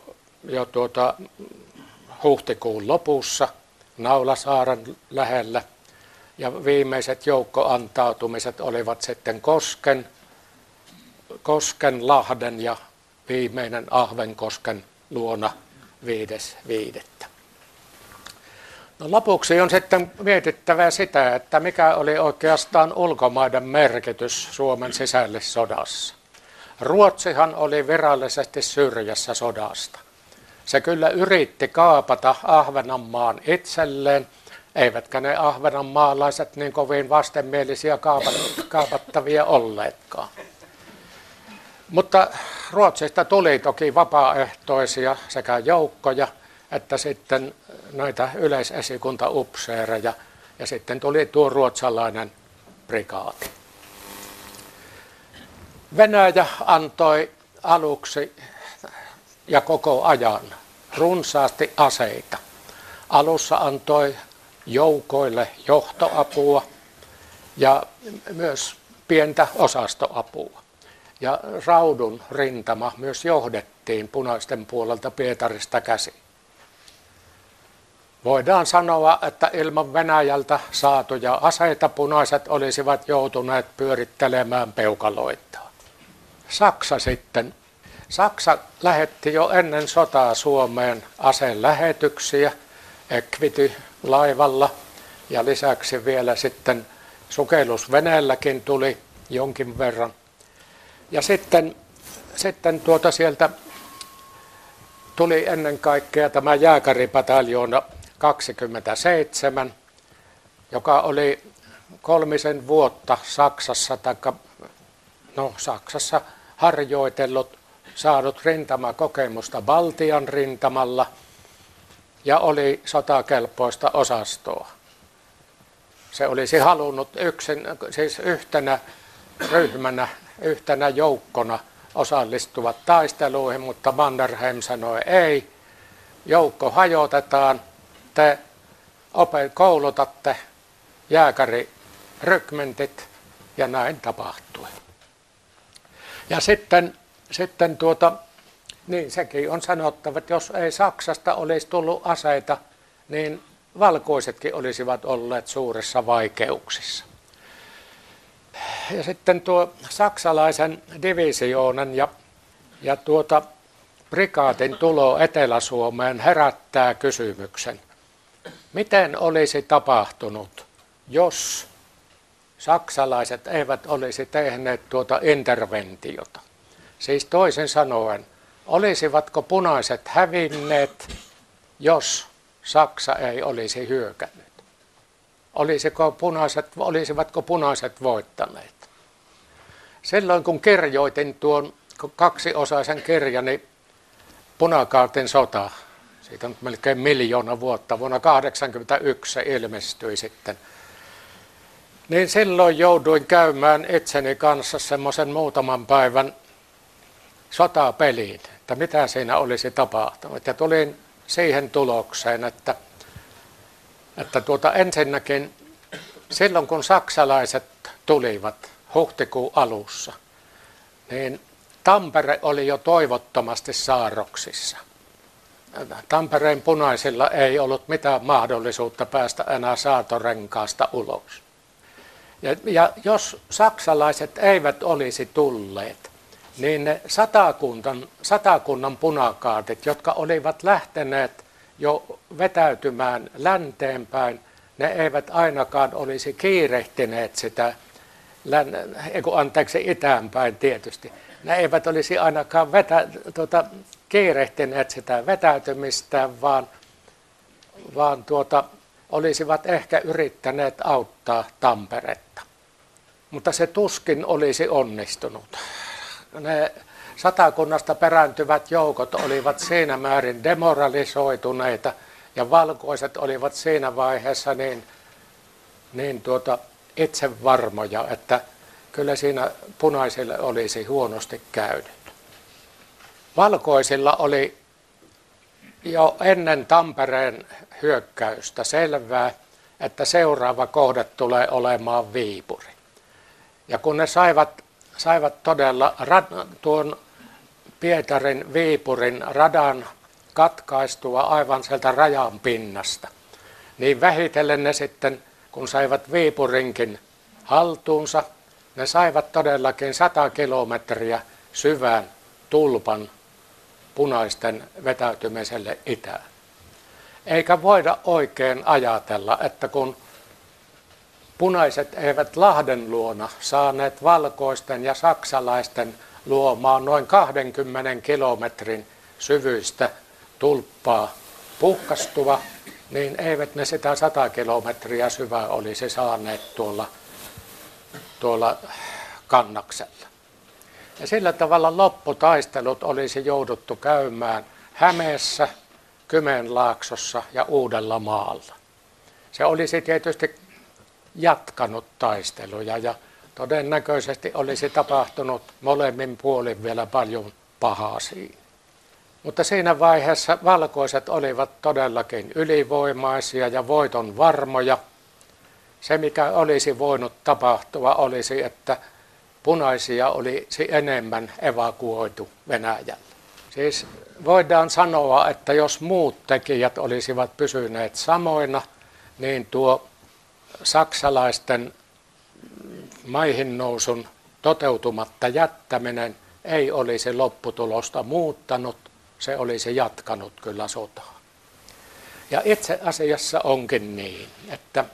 huhtikuun lopussa Naulasaaren lähellä. Ja viimeiset joukkoantautumiset olivat sitten Kosken, Lahden ja viimeinen Ahvenkosken luona 5.5. No lopuksi on sitten mietittävä sitä, että mikä oli oikeastaan ulkomaiden merkitys Suomen sisällissodassa. Ruotsihan oli virallisesti syrjässä sodasta. Se kyllä yritti kaapata Ahvenanmaan itselleen, eivätkä ne ahvenanmaalaiset niin kovin vastenmielisiä kaapattavia olleetkaan. Mutta Ruotsista tuli toki vapaaehtoisia sekä joukkoja että sitten näitä yleisesikuntaupseereja ja sitten tuli tuo ruotsalainen prikaati. Venäjä antoi aluksi ja koko ajan runsaasti aseita. Alussa antoi joukoille johtoapua ja myös pientä osastoapua. Ja Raudun rintama myös johdettiin punaisten puolelta Pietarista käsin. Voidaan sanoa, että ilman Venäjältä saatuja aseita punaiset olisivat joutuneet pyörittelemään peukaloitaan. Saksa sitten. Saksa lähetti jo ennen sotaa Suomeen aselähetyksiä Equity-laivalla ja lisäksi vielä sitten sukellusveneelläkin tuli jonkin verran. Ja sitten sieltä tuli ennen kaikkea tämä jääkäripataljoona 27, joka oli 3 vuotta Saksassa harjoitellut, saanut rintamakokemusta Baltian rintamalla ja oli sotakelpoista osastoa. Se olisi halunnut yhtenä ryhmänä, yhtenä joukkona osallistuvat taisteluihin, mutta Mannerheim sanoi ei, joukko hajotetaan, te koulutatte jääkärirykmentit ja näin tapahtui. Ja sitten niin sekin on sanottava, että jos ei Saksasta olisi tullut aseita, niin valkoisetkin olisivat olleet suurissa vaikeuksissa. Ja sitten tuo saksalaisen divisioonan ja prikaatin tulo Etelä-Suomeen herättää kysymyksen. Miten olisi tapahtunut, jos saksalaiset eivät olisi tehneet tuota interventiota? Siis toisin sanoen, olisivatko punaiset hävinneet, jos Saksa ei olisi hyökännyt? Olisivatko punaiset voittaneet? silloin kun kirjoitin tuon kaksiosaisen kirjani Punakaartin sota, siitä on melkein 1 000 000 vuotta, vuonna 1981 se ilmestyi sitten, niin silloin jouduin käymään itseni kanssa semmoisen muutaman päivän sotapeliin, että mitä siinä olisi tapahtunut. Ja tulin siihen tulokseen, että ensinnäkin silloin kun saksalaiset tulivat huhtikuun alussa, niin Tampere oli jo toivottomasti saarroksissa. Tampereen punaisilla ei ollut mitään mahdollisuutta päästä enää Saatorenkaasta ulos. Ja jos saksalaiset eivät olisi tulleet, niin ne satakunnan punakaatit, jotka olivat lähteneet jo vetäytymään länteenpäin, ne eivät ainakaan olisi kiirehtineet sitä, itäänpäin tietysti, ne eivät olisi ainakaan kiirehtineet sitä vetäytymistä, vaan olisivat ehkä yrittäneet auttaa Tamperetta. Mutta se tuskin olisi onnistunut. Ne satakunnasta perääntyvät joukot olivat siinä määrin demoralisoituneita ja valkoiset olivat siinä vaiheessa niin itsevarmoja, että kyllä siinä punaisille olisi huonosti käynyt. Valkoisilla oli jo ennen Tampereen hyökkäystä selvää, että seuraava kohde tulee olemaan Viipuri. Ja kun ne saivat todella tuon Pietarin Viipurin radan katkaistua aivan sieltä rajan pinnasta, niin vähitellen ne sitten, kun saivat Viipurinkin haltuunsa, ne saivat todellakin 100 kilometriä syvän tulpan punaisten vetäytymiselle itään. Eikä voida oikein ajatella, että kun punaiset eivät Lahden luona saaneet valkoisten ja saksalaisten luomaan noin 20 kilometrin syvyistä tulppaa puhkastua, niin eivät ne sitä 100 kilometriä syvää olisi saaneet tuolla Kannaksella. Ja sillä tavalla lopputaistelut olisi jouduttu käymään Hämeessä, Kymenlaaksossa ja Uudellamaalla. Se olisi tietysti jatkanut taisteluja ja todennäköisesti olisi tapahtunut molemmin puolin vielä paljon pahaa siinä. Mutta siinä vaiheessa valkoiset olivat todellakin ylivoimaisia ja voiton varmoja. Se, mikä olisi voinut tapahtua, olisi, että punaisia olisi enemmän evakuoitu Venäjällä. Siis voidaan sanoa, että jos muut tekijät olisivat pysyneet samoina, niin tuo saksalaisten maihin nousun toteutumatta jättäminen ei olisi lopputulosta muuttanut, se olisi jatkanut kyllä sotaa. Ja itse asiassa onkin niin, että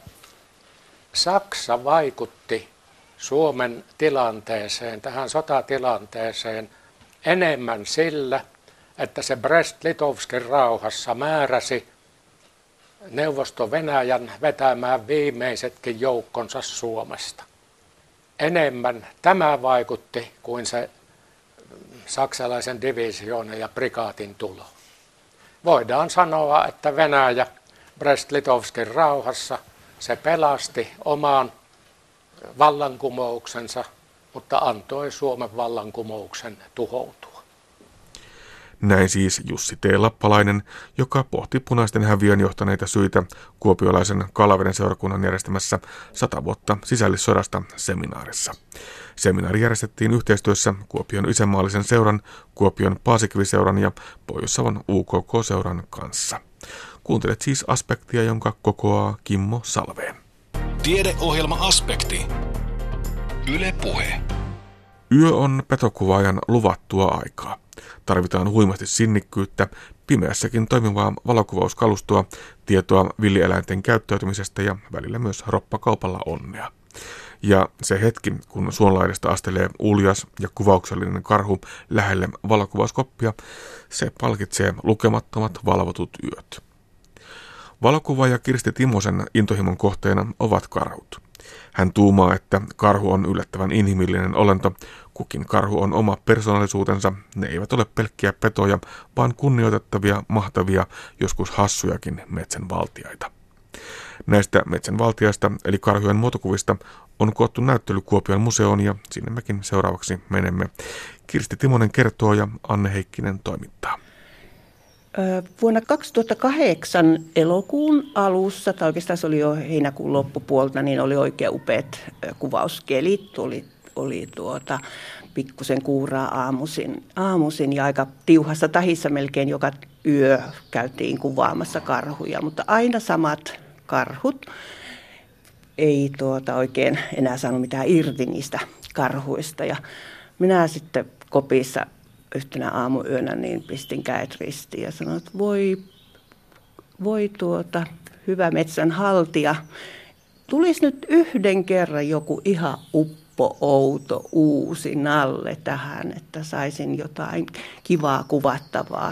Saksa vaikutti Suomen tilanteeseen, tähän sotatilanteeseen enemmän sillä, että se Brest-Litovskin rauhassa määräsi Neuvosto-Venäjän vetämään viimeisetkin joukkonsa Suomesta. Enemmän tämä vaikutti kuin se saksalaisen divisioonan ja prikaatin tulo. Voidaan sanoa, että Venäjä Brest-Litovskin rauhassa se pelasti oman vallankumouksensa, mutta antoi Suomen vallankumouksen tuhoutua. Näin siis Jussi T. Lappalainen, joka pohti punaisten häviön johtaneita syitä kuopiolaisen Kalaveden seurakunnan järjestämässä 100 vuotta sisällissodasta seminaarissa. Seminaari järjestettiin yhteistyössä Kuopion isänmaallisen seuran, Kuopion Paasikivi-seuran ja Pohjois-Savon UKK-seuran kanssa. Kuuntelet siis aspektia, jonka kokoaa Kimmo Salveen. Tiedeohjelma Aspekti. Yle Puhe. Yö on petokuvaajan luvattua aikaa. Tarvitaan huimasti sinnikkyyttä, pimeässäkin toimivaa valokuvauskalustoa, tietoa villieläinten käyttäytymisestä ja välillä myös roppakaupalla onnea. Ja se hetki, kun suonlaidasta astelee uljas ja kuvauksellinen karhu lähelle valokuvauskoppia, se palkitsee lukemattomat valvotut yöt. Valokuvaaja Kirsti Timosen intohimon kohteena ovat karhut. Hän tuumaa, että karhu on yllättävän inhimillinen olento. Kukin karhu on oma persoonallisuutensa. Ne eivät ole pelkkiä petoja, vaan kunnioitettavia, mahtavia, joskus hassujakin metsänvaltiaita. Näistä metsänvaltiaista, eli karhujen muotokuvista, on koottu näyttely Kuopion museoon ja sinne mekin seuraavaksi menemme. Kirsti Timonen kertoo ja Anne Heikkinen toimittaa. Vuonna 2008 elokuun alussa, tai oikeastaan se oli jo heinäkuun loppupuolta, niin oli oikein upeat kuvauskelit. Oli pikkusen kuuraa aamuisin ja aika tiuhassa tahissa melkein joka yö käytiin kuvaamassa karhuja, mutta aina samat karhut. Ei oikein enää saanut mitään irti niistä karhuista ja minä sitten kopissa yhtenä aamuyönä niin pistin kädet ristiin ja sanoin, että voi hyvä metsänhaltija, tulisi nyt yhden kerran joku ihan outo uusi nalle tähän, että saisin jotain kivaa kuvattavaa.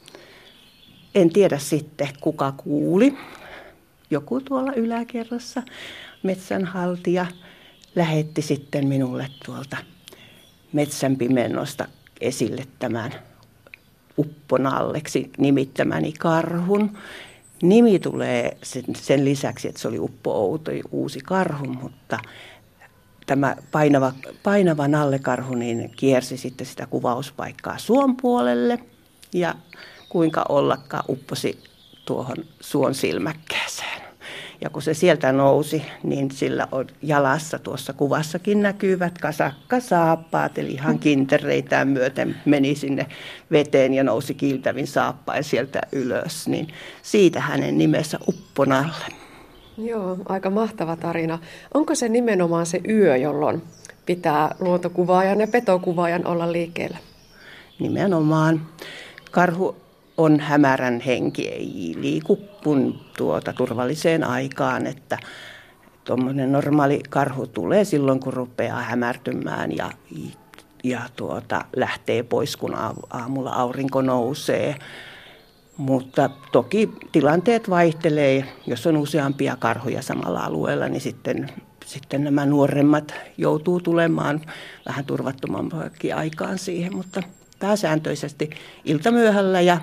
En tiedä sitten kuka kuuli. Joku tuolla yläkerrassa metsänhaltija lähetti sitten minulle tuolta metsänpimennosta esille tämän upponalleksi nimittämäni karhun. Nimi tulee sen lisäksi, että se oli uppo-outo uusi karhu, mutta tämä painava nallekarhu niin kiersi sitten sitä kuvauspaikkaa suon puolelle ja kuinka ollakaan upposi tuohon suon silmäkkeeseen. Ja kun se sieltä nousi, niin sillä on jalassa tuossa kuvassakin näkyvät kasakkasaappaat, eli ihan kintereitään myöten meni sinne veteen ja nousi kiiltävin saappain sieltä ylös. Niin siitä hänen nimensä Upponalle. Joo, aika mahtava tarina. Onko se nimenomaan se yö, jolloin pitää luontokuvaajan ja petokuvaajan olla liikkeellä? Nimenomaan. Karhu on hämärän henki, ei liiku kun turvalliseen aikaan, että tuommoinen normaali karhu tulee silloin, kun rupeaa hämärtymään ja lähtee pois, kun aamulla aurinko nousee. Mutta toki tilanteet vaihtelee, jos on useampia karhuja samalla alueella, niin sitten nämä nuoremmat joutuu tulemaan vähän turvattomampakin aikaan siihen, mutta pääsääntöisesti iltamyöhällä ja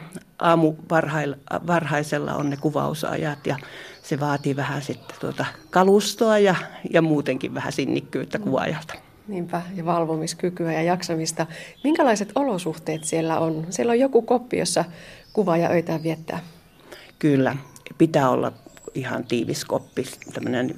varhaisella on ne kuvausajat ja se vaatii vähän sitten kalustoa ja muutenkin vähän sinnikkyyttä kuvaajalta. Niinpä, ja valvomiskykyä ja jaksamista. Minkälaiset olosuhteet siellä on? Siellä on joku koppi, jossa kuvaaja öitään viettää. Kyllä, pitää olla ihan tiivis koppi, tämmöinen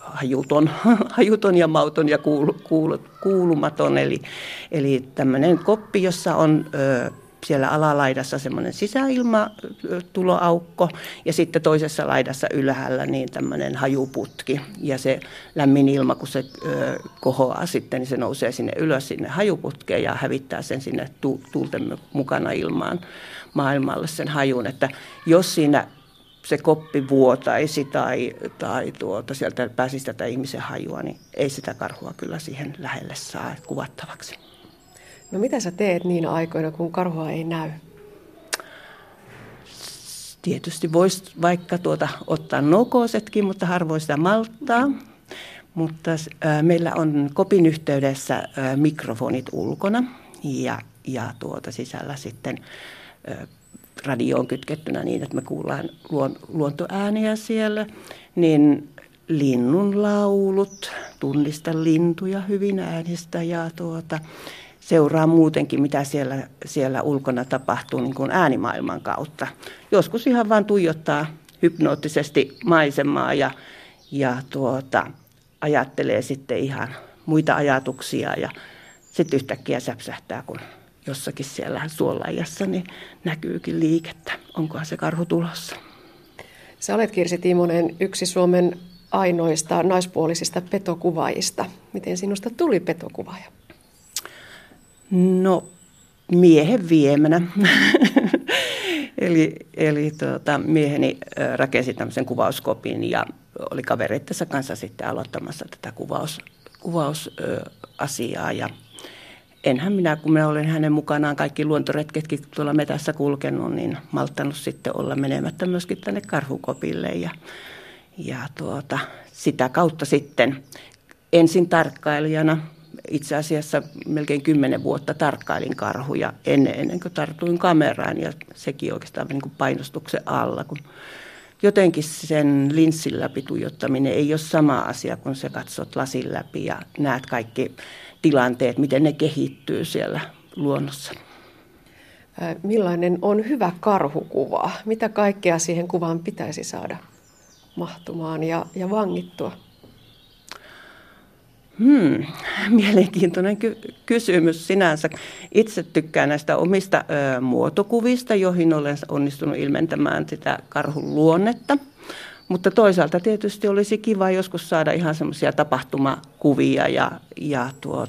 hajuton ja mauton ja kuulumaton. Eli tämmöinen koppi, jossa on siellä alalaidassa semmoinen sisäilmatuloaukko ja sitten toisessa laidassa ylhäällä niin tämmöinen hajuputki. Ja se lämmin ilma, kun se kohoaa sitten, niin se nousee sinne ylös sinne hajuputkeen ja hävittää sen sinne tuulten mukana maailmalle sen hajun. Että jos siinä se koppi vuotaisi tai sieltä pääsisi tätä ihmisen hajua, niin ei sitä karhua kyllä siihen lähelle saa kuvattavaksi. No mitä sä teet niinä aikoina, kun karhua ei näy? Tietysti voisi vaikka ottaa nokosetkin, mutta harvoin sitä malttaa. Mutta meillä on kopin yhteydessä mikrofonit ulkona ja sisällä sitten radio on kytkettynä niin, että me kuullaan luontoääniä siellä, niin linnun laulut, tunnista lintuja hyvin äänistä ja seuraa muutenkin, mitä siellä ulkona tapahtuu niin kuin äänimaailman kautta. Joskus ihan vaan tuijottaa hypnoottisesti maisemaa ja ajattelee sitten ihan muita ajatuksia ja sitten yhtäkkiä säpsähtää, kun jossakin siellä suolaijassa niin näkyykin liikettä. Onkohan se karhu tulossa? Sä olet, Kirsi Timonen, yksi Suomen ainoista naispuolisista petokuvaajista. Miten sinusta tuli petokuvaaja? No, miehen viemänä. eli mieheni rakensi tämmöisen kuvauskopin ja oli kavereittensa kanssa sitten aloittamassa tätä kuvausasiaa. Ja enhän minä, kun minä olen hänen mukanaan kaikki luontoretketkin tuolla metässä kulkenut, niin malttanut sitten olla menemättä myöskin tänne karhukopille. sitä kautta sitten ensin tarkkailijana, itse asiassa melkein 10 vuotta tarkkailin karhuja ennen kuin tartuin kameraan ja sekin oikeastaan niin kuin painostuksen alla, kun jotenkin sen linssin läpi tuijottaminen ei ole sama asia, kun sä katsot lasin läpi ja näet kaikki tilanteet, miten ne kehittyy siellä luonnossa. Millainen on hyvä karhukuva? Mitä kaikkea siihen kuvaan pitäisi saada mahtumaan ja vangittua? Mielenkiintoinen kysymys sinänsä. Itse tykkään näistä omista muotokuvista, joihin olen onnistunut ilmentämään sitä karhun luonnetta. Mutta toisaalta tietysti olisi kiva joskus saada ihan semmoisia tapahtumakuvia ja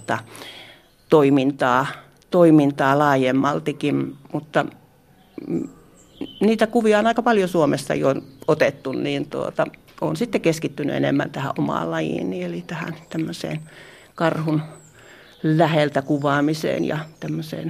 toimintaa laajemmaltikin. Mutta niitä kuvia on aika paljon Suomessa jo otettu, niin olen sitten keskittynyt enemmän tähän omaan lajiini, eli tähän tämmöiseen karhun läheltä kuvaamiseen ja tämmöiseen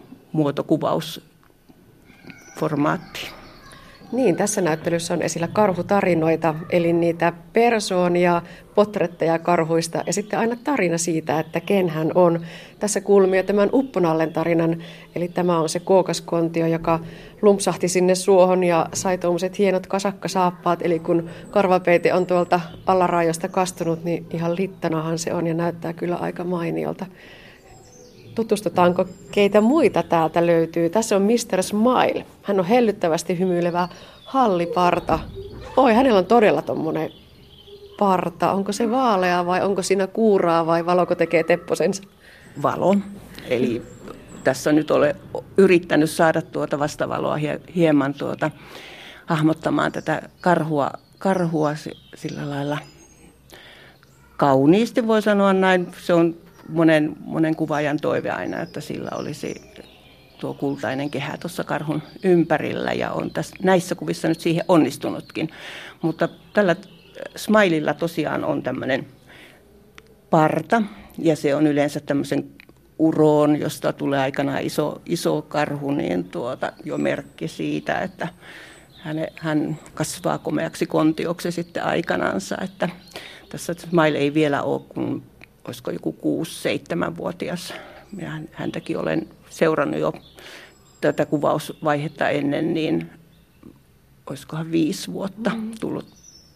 muotokuvausformaattiin. Niin, tässä näyttelyssä on esillä karhutarinoita, eli niitä persoonia, portretteja karhuista ja sitten aina tarina siitä, että ken hän on. Tässä kuulimme jo tämän Upponallen tarinan, eli tämä on se kookaskontio, joka lumpsahti sinne suohon ja sai tuommoiset hienot kasakkasaappaat. Eli kun karvapeite on tuolta alarajoista kastunut, niin ihan littanahan se on ja näyttää kyllä aika mainiolta. Tutustutaanko, keitä muita täältä löytyy? Tässä on Mr. Smile. Hän on hellyttävästi hymyilevä halliparta. Oi, hänellä on todella tommonen parta. Onko se vaalea vai onko siinä kuuraa vai valoko tekee tepposensa? Valo. Eli tässä nyt olen yrittänyt saada vastavaloa hieman hahmottamaan tätä karhua sillä lailla kauniisti, voi sanoa näin. Se on monen kuvaajan toive aina, että sillä olisi tuo kultainen kehä tuossa karhun ympärillä ja on näissä kuvissa nyt siihen onnistunutkin. Mutta tällä Smilella tosiaan on tämmöinen parta ja se on yleensä tämmöisen uroon, josta tulee aikanaan iso karhu, niin jo merkki siitä, että hän kasvaa komeaksi kontioksi sitten aikanansa. Että tässä Smile ei vielä ole kuin olisiko joku 6-7-vuotias. Ja häntäkin olen seurannut jo tätä kuvausvaihetta ennen, niin olisikohan 5 vuotta tullut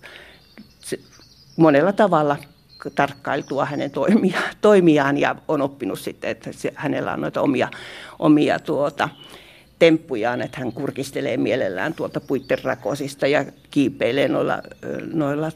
monella tavalla tarkkailtua hänen toimiaan ja on oppinut sitten, että hänellä on noita omia temppujaan, että hän kurkistelee mielellään tuolta puitten rakosista ja kiipeilee noilla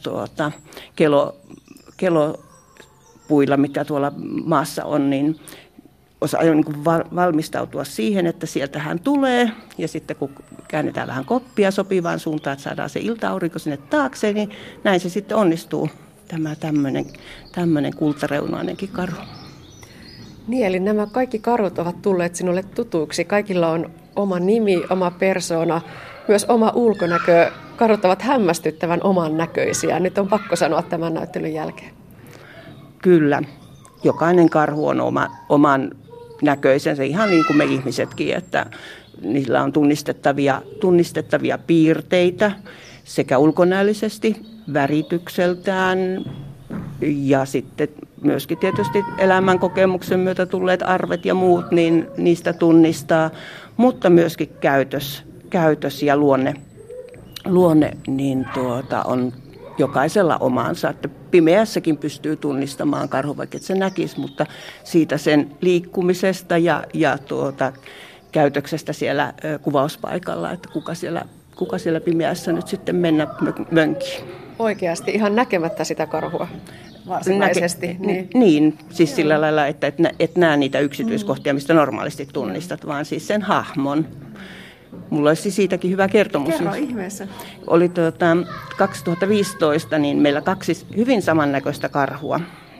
kelopuilla, mitä tuolla maassa on, niin osaa jo niin valmistautua siihen, että sieltä hän tulee ja sitten kun käännetään vähän koppia sopivaan suuntaan, että saadaan se ilta-aurinko sinne taakse, niin näin se sitten onnistuu, tämä tämmöinen kultareunainenkin karhu. Niin, eli nämä kaikki karhut ovat tulleet sinulle tutuiksi. Kaikilla on oma nimi, oma persoona, myös oma ulkonäkö. Karhut ovat hämmästyttävän oman näköisiä. Nyt on pakko sanoa tämän näyttelyn jälkeen. Kyllä. Jokainen karhu on oman näköisensä, ihan niin kuin me ihmisetkin, että niillä on tunnistettavia piirteitä sekä ulkonäöllisesti, väritykseltään ja sitten myöskin tietysti elämänkokemuksen myötä tulleet arvet ja muut, niin niistä tunnistaa, mutta myöskin käytös ja luonne niin on jokaisella omaansa, että pimeässäkin pystyy tunnistamaan karhu, vaikka et se näkisi, mutta siitä sen liikkumisesta ja käytöksestä siellä kuvauspaikalla, että kuka siellä pimeässä nyt sitten mennä mönkiin. Oikeasti, ihan näkemättä sitä karhua varsinaisesti. Niin, siis sillä lailla, että et näe niitä yksityiskohtia, mistä normaalisti tunnistat, vaan siis sen hahmon. Mulla olisi siitäkin hyvä kertomus. Kerro ihmeessä. Oli 2015, niin meillä 2 hyvin samannäköistä karhua.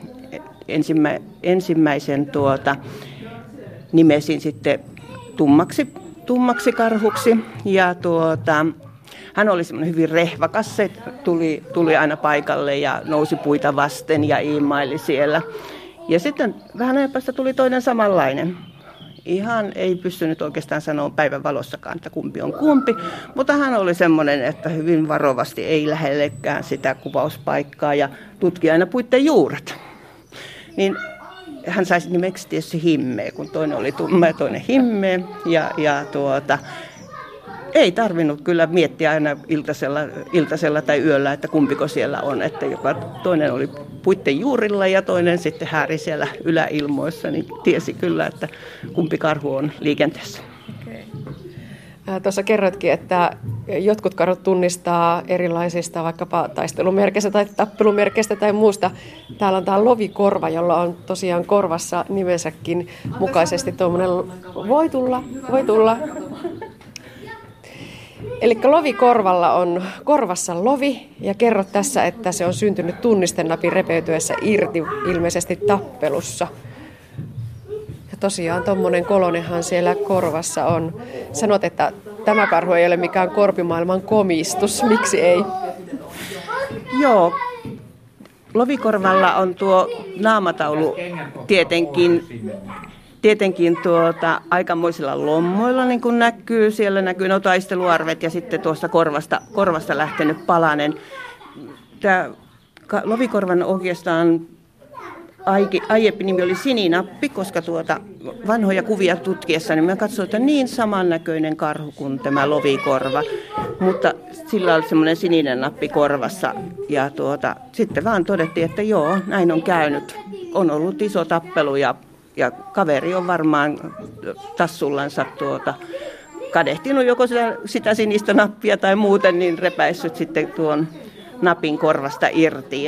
Ensimmäisen nimesin sitten tummaksi karhuksi ja hän oli semmoinen hyvin rehvakas, se tuli aina paikalle ja nousi puita vasten ja iimaili siellä. Ja sitten vähän ajan päästä tuli toinen samanlainen. Ihan ei pystynyt oikeastaan sanoa päivän valossakaan, että kumpi on kumpi, mutta hän oli semmoinen, että hyvin varovasti ei lähellekään sitä kuvauspaikkaa ja tutki aina puitten juuret. Niin hän sai nimeksi tietysti Himmeä, kun toinen oli tumma ja toinen himmeä. Ei tarvinnut kyllä miettiä aina iltasella tai yöllä, että kumpiko siellä on. Että toinen oli puitten juurilla ja toinen sitten hääri siellä yläilmoissa, niin tiesi kyllä, että kumpi karhu on liikenteessä. Tuossa kerroitkin, että jotkut karhut tunnistaa erilaisista vaikkapa taistelumerkeistä tai tappelumerkeistä tai muusta. Täällä on tämä lovikorva, jolla on tosiaan korvassa nimensäkin mukaisesti tuommoinen voi tulla. Eli lovikorvalla on korvassa lovi ja kerrot tässä, että se on syntynyt tunnistenapin repeytyessä irti ilmeisesti tappelussa. Ja tosiaan tuommoinen kolonehan siellä korvassa on. Sanot, että tämä karhu ei ole mikään korpimaailman komistus. Miksi ei? Joo. Lovikorvalla on tuo naamataulu tietenkin aikamoisilla lommoilla, niin kuin näkyy. Siellä näkyy nuo taisteluarvet ja sitten tuosta korvasta lähtenyt palanen. Tämä lovikorvan oikeastaan aiempi nimi oli Sininappi, koska vanhoja kuvia tutkiessa niin mä katsoin, että niin samannäköinen karhu kuin tämä lovikorva, mutta sillä oli semmoinen sininen nappi korvassa ja sitten vaan todettiin, että joo, näin on käynyt. On ollut iso tappelu ja kaveri on varmaan tassullansa kadehtinut joko sitä sinistä nappia tai muuten niin repäissyt sitten tuon napin korvasta irti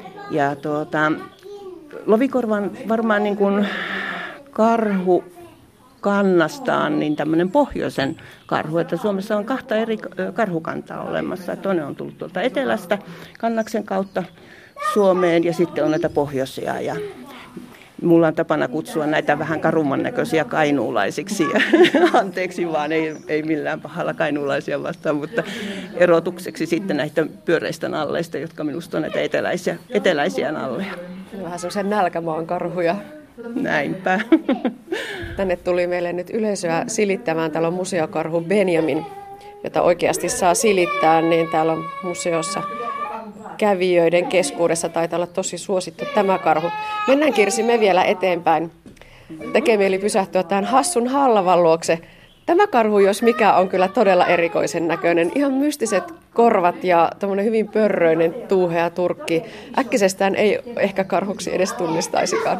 lovikorvan varmaan niin kuin karhu kannastaan niin tämmöinen pohjoisen karhu, että Suomessa on 2 eri karhukantaa olemassa. Toinen on tullut tuolta etelästä kannaksen kautta Suomeen ja sitten on näitä pohjoisia ja mulla on tapana kutsua näitä vähän karumman näköisiä kainuulaisiksi. Anteeksi vaan, ei millään pahalla kainuulaisia vastaan, mutta erotukseksi sitten näitä pyöreistä nalleista, jotka minusta on näitä eteläisiä nalleja. Vähän semmoisia nälkämaan karhuja. Näinpä. Tänne tuli meille nyt yleisöä silittämään. Täällä on museokarhu Benjamin, jota oikeasti saa silittää, niin täällä on museossa kävijöiden keskuudessa taitaa olla tosi suosittu tämä karhu. Mennään Kirsi me vielä eteenpäin. Tekee mieli pysähtyä tähän Hassun Hallavan luokse. Tämä karhu, jos mikä, on kyllä todella erikoisen näköinen. Ihan mystiset korvat ja tommoinen hyvin pörröinen tuuhea turkki. Äkkisestään ei ehkä karhuksi edes tunnistaisikaan.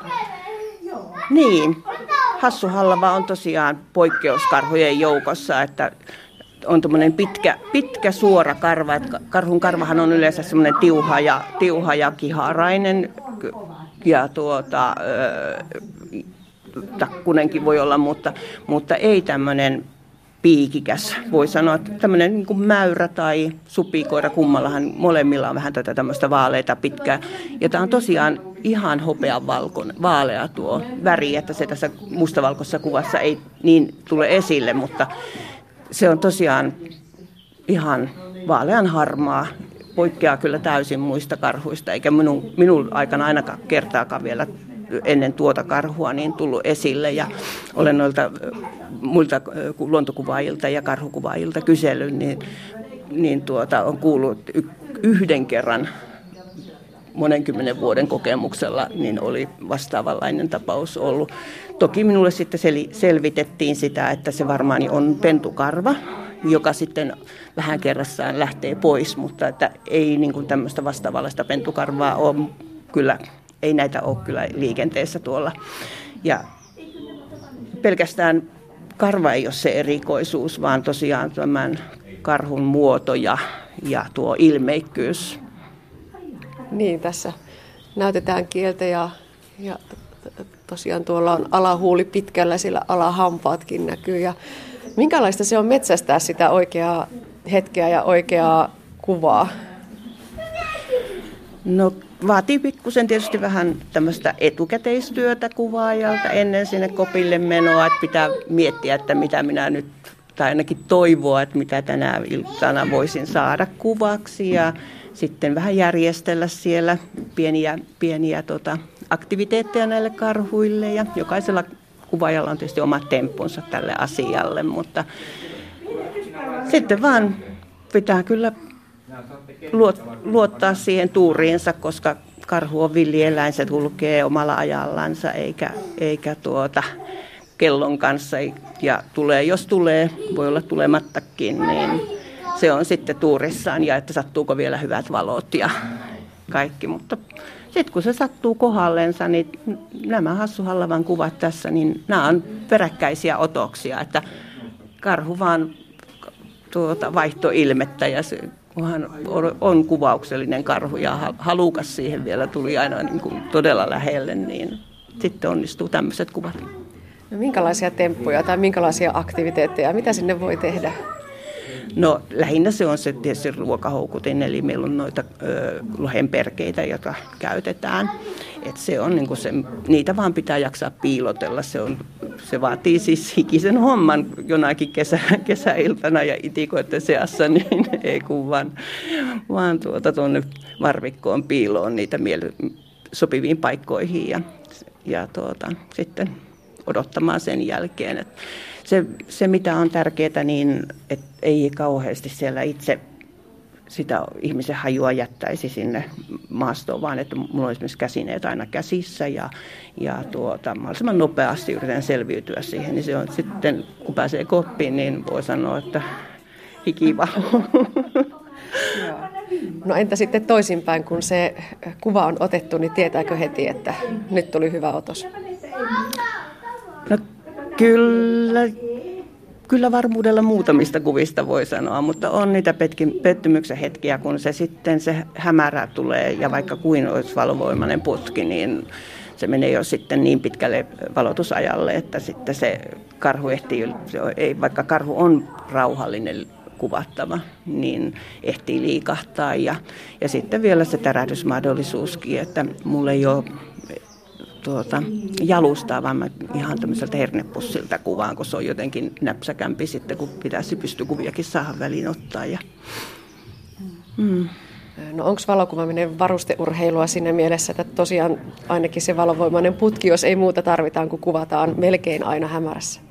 Niin, Hassu Hallava on tosiaan poikkeuskarhujen joukossa, että on tuommoinen pitkä suora karva. Karhun karvahan on yleensä semmoinen tiuha ja kiharainen ja takkunenkin voi olla, mutta ei tämmöinen piikikäs. Voi sanoa, että tämmöinen niin kuin mäyrä tai supikoira, kummallahan molemmilla on vähän tätä tämmöistä vaaleita pitkää. Ja tämä on tosiaan ihan hopean vaalea tuo väri, että se tässä mustavalkoisessa kuvassa ei niin tule esille, mutta se on tosiaan ihan vaalean harmaa. Poikkeaa kyllä täysin muista karhuista, eikä minun aikana ainakaan kertaakaan vielä ennen tuota karhua niin tullut esille. Ja olen noilta muilta luontokuvaajilta ja karhukuvaajilta kysellyt, niin on kuullut yhden kerran monenkymmenen vuoden kokemuksella, niin oli vastaavanlainen tapaus ollut. Toki minulle sitten selvitettiin sitä, että se varmaan on pentukarva, joka sitten vähän kerrassaan lähtee pois, mutta että ei niin kuin tämmöistä vastaavanlaista pentukarvaa ole kyllä, ei näitä ole kyllä liikenteessä tuolla. Ja pelkästään karva ei ole se erikoisuus, vaan tosiaan tämän karhun muoto ja tuo ilmeikkyys. Niin, tässä näytetään kieltä ja tosiaan tuolla on alahuuli pitkällä, sillä alahampaatkin näkyy. Ja minkälaista se on metsästää sitä oikeaa hetkeä ja oikeaa kuvaa? No vaatii pikkusen tietysti vähän tämmöistä etukäteistyötä kuvaajalta ennen sinne kopille menoa, että pitää miettiä, että mitä minä nyt, tai ainakin toivoa, että mitä tänä iltana voisin saada kuvaksi ja sitten vähän järjestellä siellä pieniä aktiviteetteja näille karhuille ja jokaisella kuvaajalla on tietysti omat temppunsa tälle asialle, mutta sitten vaan pitää kyllä luottaa siihen tuuriinsa, koska karhu on villieläin, se kulkee omalla ajallansa eikä kellon kanssa. Ja jos tulee, voi olla tulemattakin, niin se on sitten tuurissaan ja että sattuuko vielä hyvät valot ja kaikki. Mutta sitten kun se sattuu kohdallensa, niin nämä Hassu Hallavan kuvat tässä, niin nämä on peräkkäisiä otoksia, että karhu vaan vaihtoi ilmettä ja se, kun hän on kuvauksellinen karhu ja halukas siihen vielä tuli aina niin kuin todella lähelle, niin sitten onnistuu tämmöiset kuvat. No, minkälaisia temppuja tai minkälaisia aktiviteetteja, mitä sinne voi tehdä? No lähinnä se on se tietysti ruokahoukutin, eli meillä on noita lohenperkeitä, joita käytetään. Et se on niin kuin se, niitä vaan pitää jaksaa piilotella. Se vaatii siis hikisen homman jonakin kesäiltana ja itikoiden seassa, niin ei kun vaan tuonne varvikkoon piiloon niitä sopiviin paikkoihin ja sitten odottamaan sen jälkeen. Et se mitä on tärkeää, niin että ei kauheasti siellä itse sitä ihmisen hajua jättäisi sinne maastoon, vaan että mulla on esimerkiksi käsineet aina käsissä ja mahdollisimman nopeasti yritän selviytyä siihen. Niin se on sitten, kun pääsee koppiin, niin voi sanoa, että hikivalo. No entä sitten toisinpäin, kun se kuva on otettu, niin tietääkö heti, että nyt tuli hyvä otos? No kyllä varmuudella muutamista kuvista voi sanoa, mutta on niitä pettymyksen hetkiä, kun se hämärä tulee ja vaikka kuin olisi valovoimainen putki, niin se menee jo sitten niin pitkälle valotusajalle, että sitten se karhu vaikka karhu on rauhallinen kuvattava, niin ehtii liikahtaa ja sitten vielä se tärähdysmahdollisuuskin, että mulla ei ole jalustaa, vaan mä ihan tämmöiseltä hernepussilta kuvaan, kun se on jotenkin näpsäkämpi sitten, kun pitäisi pystykuviakin saada väliin ottaa. No onko valokuvaaminen varusteurheilua siinä mielessä, että tosiaan ainakin se valovoimainen putki, jos ei muuta tarvitaan, kun kuvataan melkein aina hämärässä?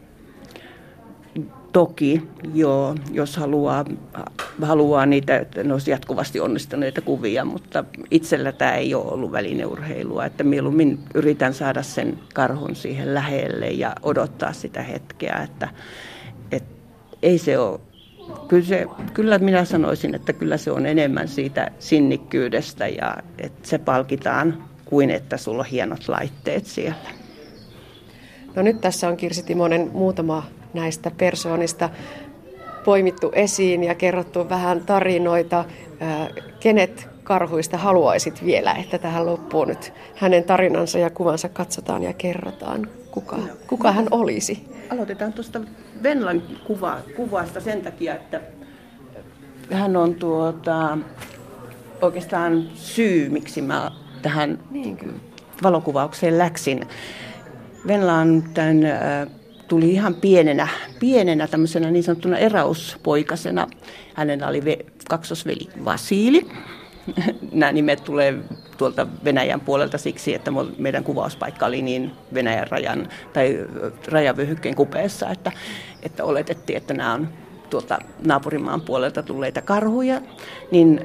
Toki, joo, jos haluaa niitä, että ne olisi jatkuvasti onnistuneita kuvia, mutta itsellä tämä ei ole ollut välineurheilua, että mieluummin yritän saada sen karhun siihen lähelle ja odottaa sitä hetkeä, että ei se ole, kyllä minä sanoisin, että kyllä se on enemmän siitä sinnikkyydestä ja että se palkitaan kuin että sulla on hienot laitteet siellä. No nyt tässä on Kirsi Timonen muutama näistä persoonista poimittu esiin ja kerrottu vähän tarinoita. Kenet karhuista haluaisit vielä, että tähän loppuu nyt hänen tarinansa ja kuvansa katsotaan ja kerrotaan? Kuka hän olisi? Aloitetaan tuosta Venlan kuvasta sen takia, että hän on oikeastaan syy, miksi mä tähän valokuvaukseen läksin. Venla on tuli ihan pienenä tämmöisenä niin sanottuna erauspoikasena. Hänellä oli kaksosveli Vasili. Nämä nimet tulee tuolta Venäjän puolelta siksi, että meidän kuvauspaikka oli niin Venäjän rajavyöhykkeen kupeessa, että oletettiin, että nämä on tuolta naapurimaan puolelta tulleita karhuja. Niin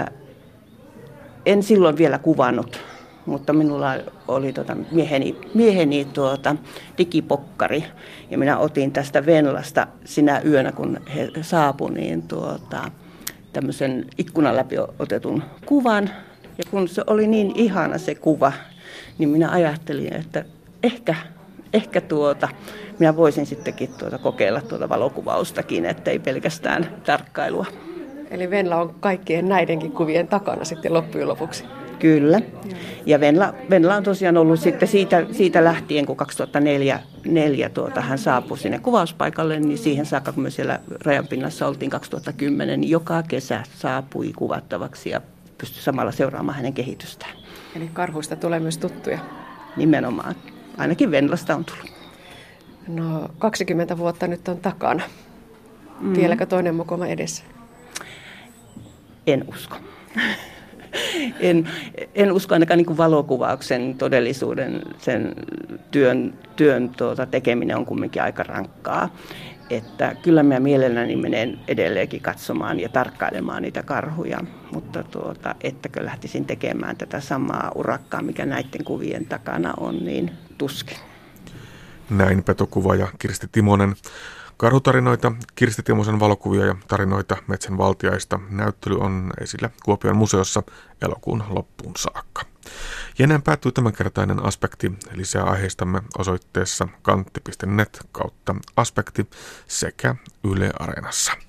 en silloin vielä kuvannut. Mutta minulla oli mieheni digipokkari ja minä otin tästä Venlasta sinä yönä, kun he saapui, niin tämmöisen ikkunan läpi otetun kuvan. Ja kun se oli niin ihana se kuva, niin minä ajattelin, että ehkä minä voisin sittenkin kokeilla valokuvaustakin, että ei pelkästään tarkkailua. Eli Venla on kaikkien näidenkin kuvien takana sitten loppujen lopuksi. Kyllä. Ja Venla on tosiaan ollut sitten siitä lähtien, kun 2004 hän saapui sinne kuvauspaikalle, niin siihen saakka, kun me siellä rajanpinnassa oltiin 2010, niin joka kesä saapui kuvattavaksi ja pystyi samalla seuraamaan hänen kehitystään. Eli karhuista tulee myös tuttuja. Nimenomaan. Ainakin Venlasta on tullut. No 20 vuotta nyt on takana. Vieläkö toinen mokoma edessä? En usko. En usko ainakaan niin kuin valokuvauksen todellisuuden, sen työn tekeminen on kumminkin aika rankkaa. Että kyllä minä mielelläni menen edelleenkin katsomaan ja tarkkailemaan niitä karhuja, mutta ettäkö lähtisin tekemään tätä samaa urakkaa, mikä näiden kuvien takana on, niin tuskin. Näin petokuvaaja Kirsti Timonen. Karhutarinoita, Kirsti Timosen valokuvia ja tarinoita metsän valtiaista. Näyttely on esillä Kuopion museossa elokuun loppuun saakka. Ja näin päättyy tämänkertainen Aspekti. Lisää aiheistamme osoitteessa kantti.net/aspekti sekä Yle Areenassa.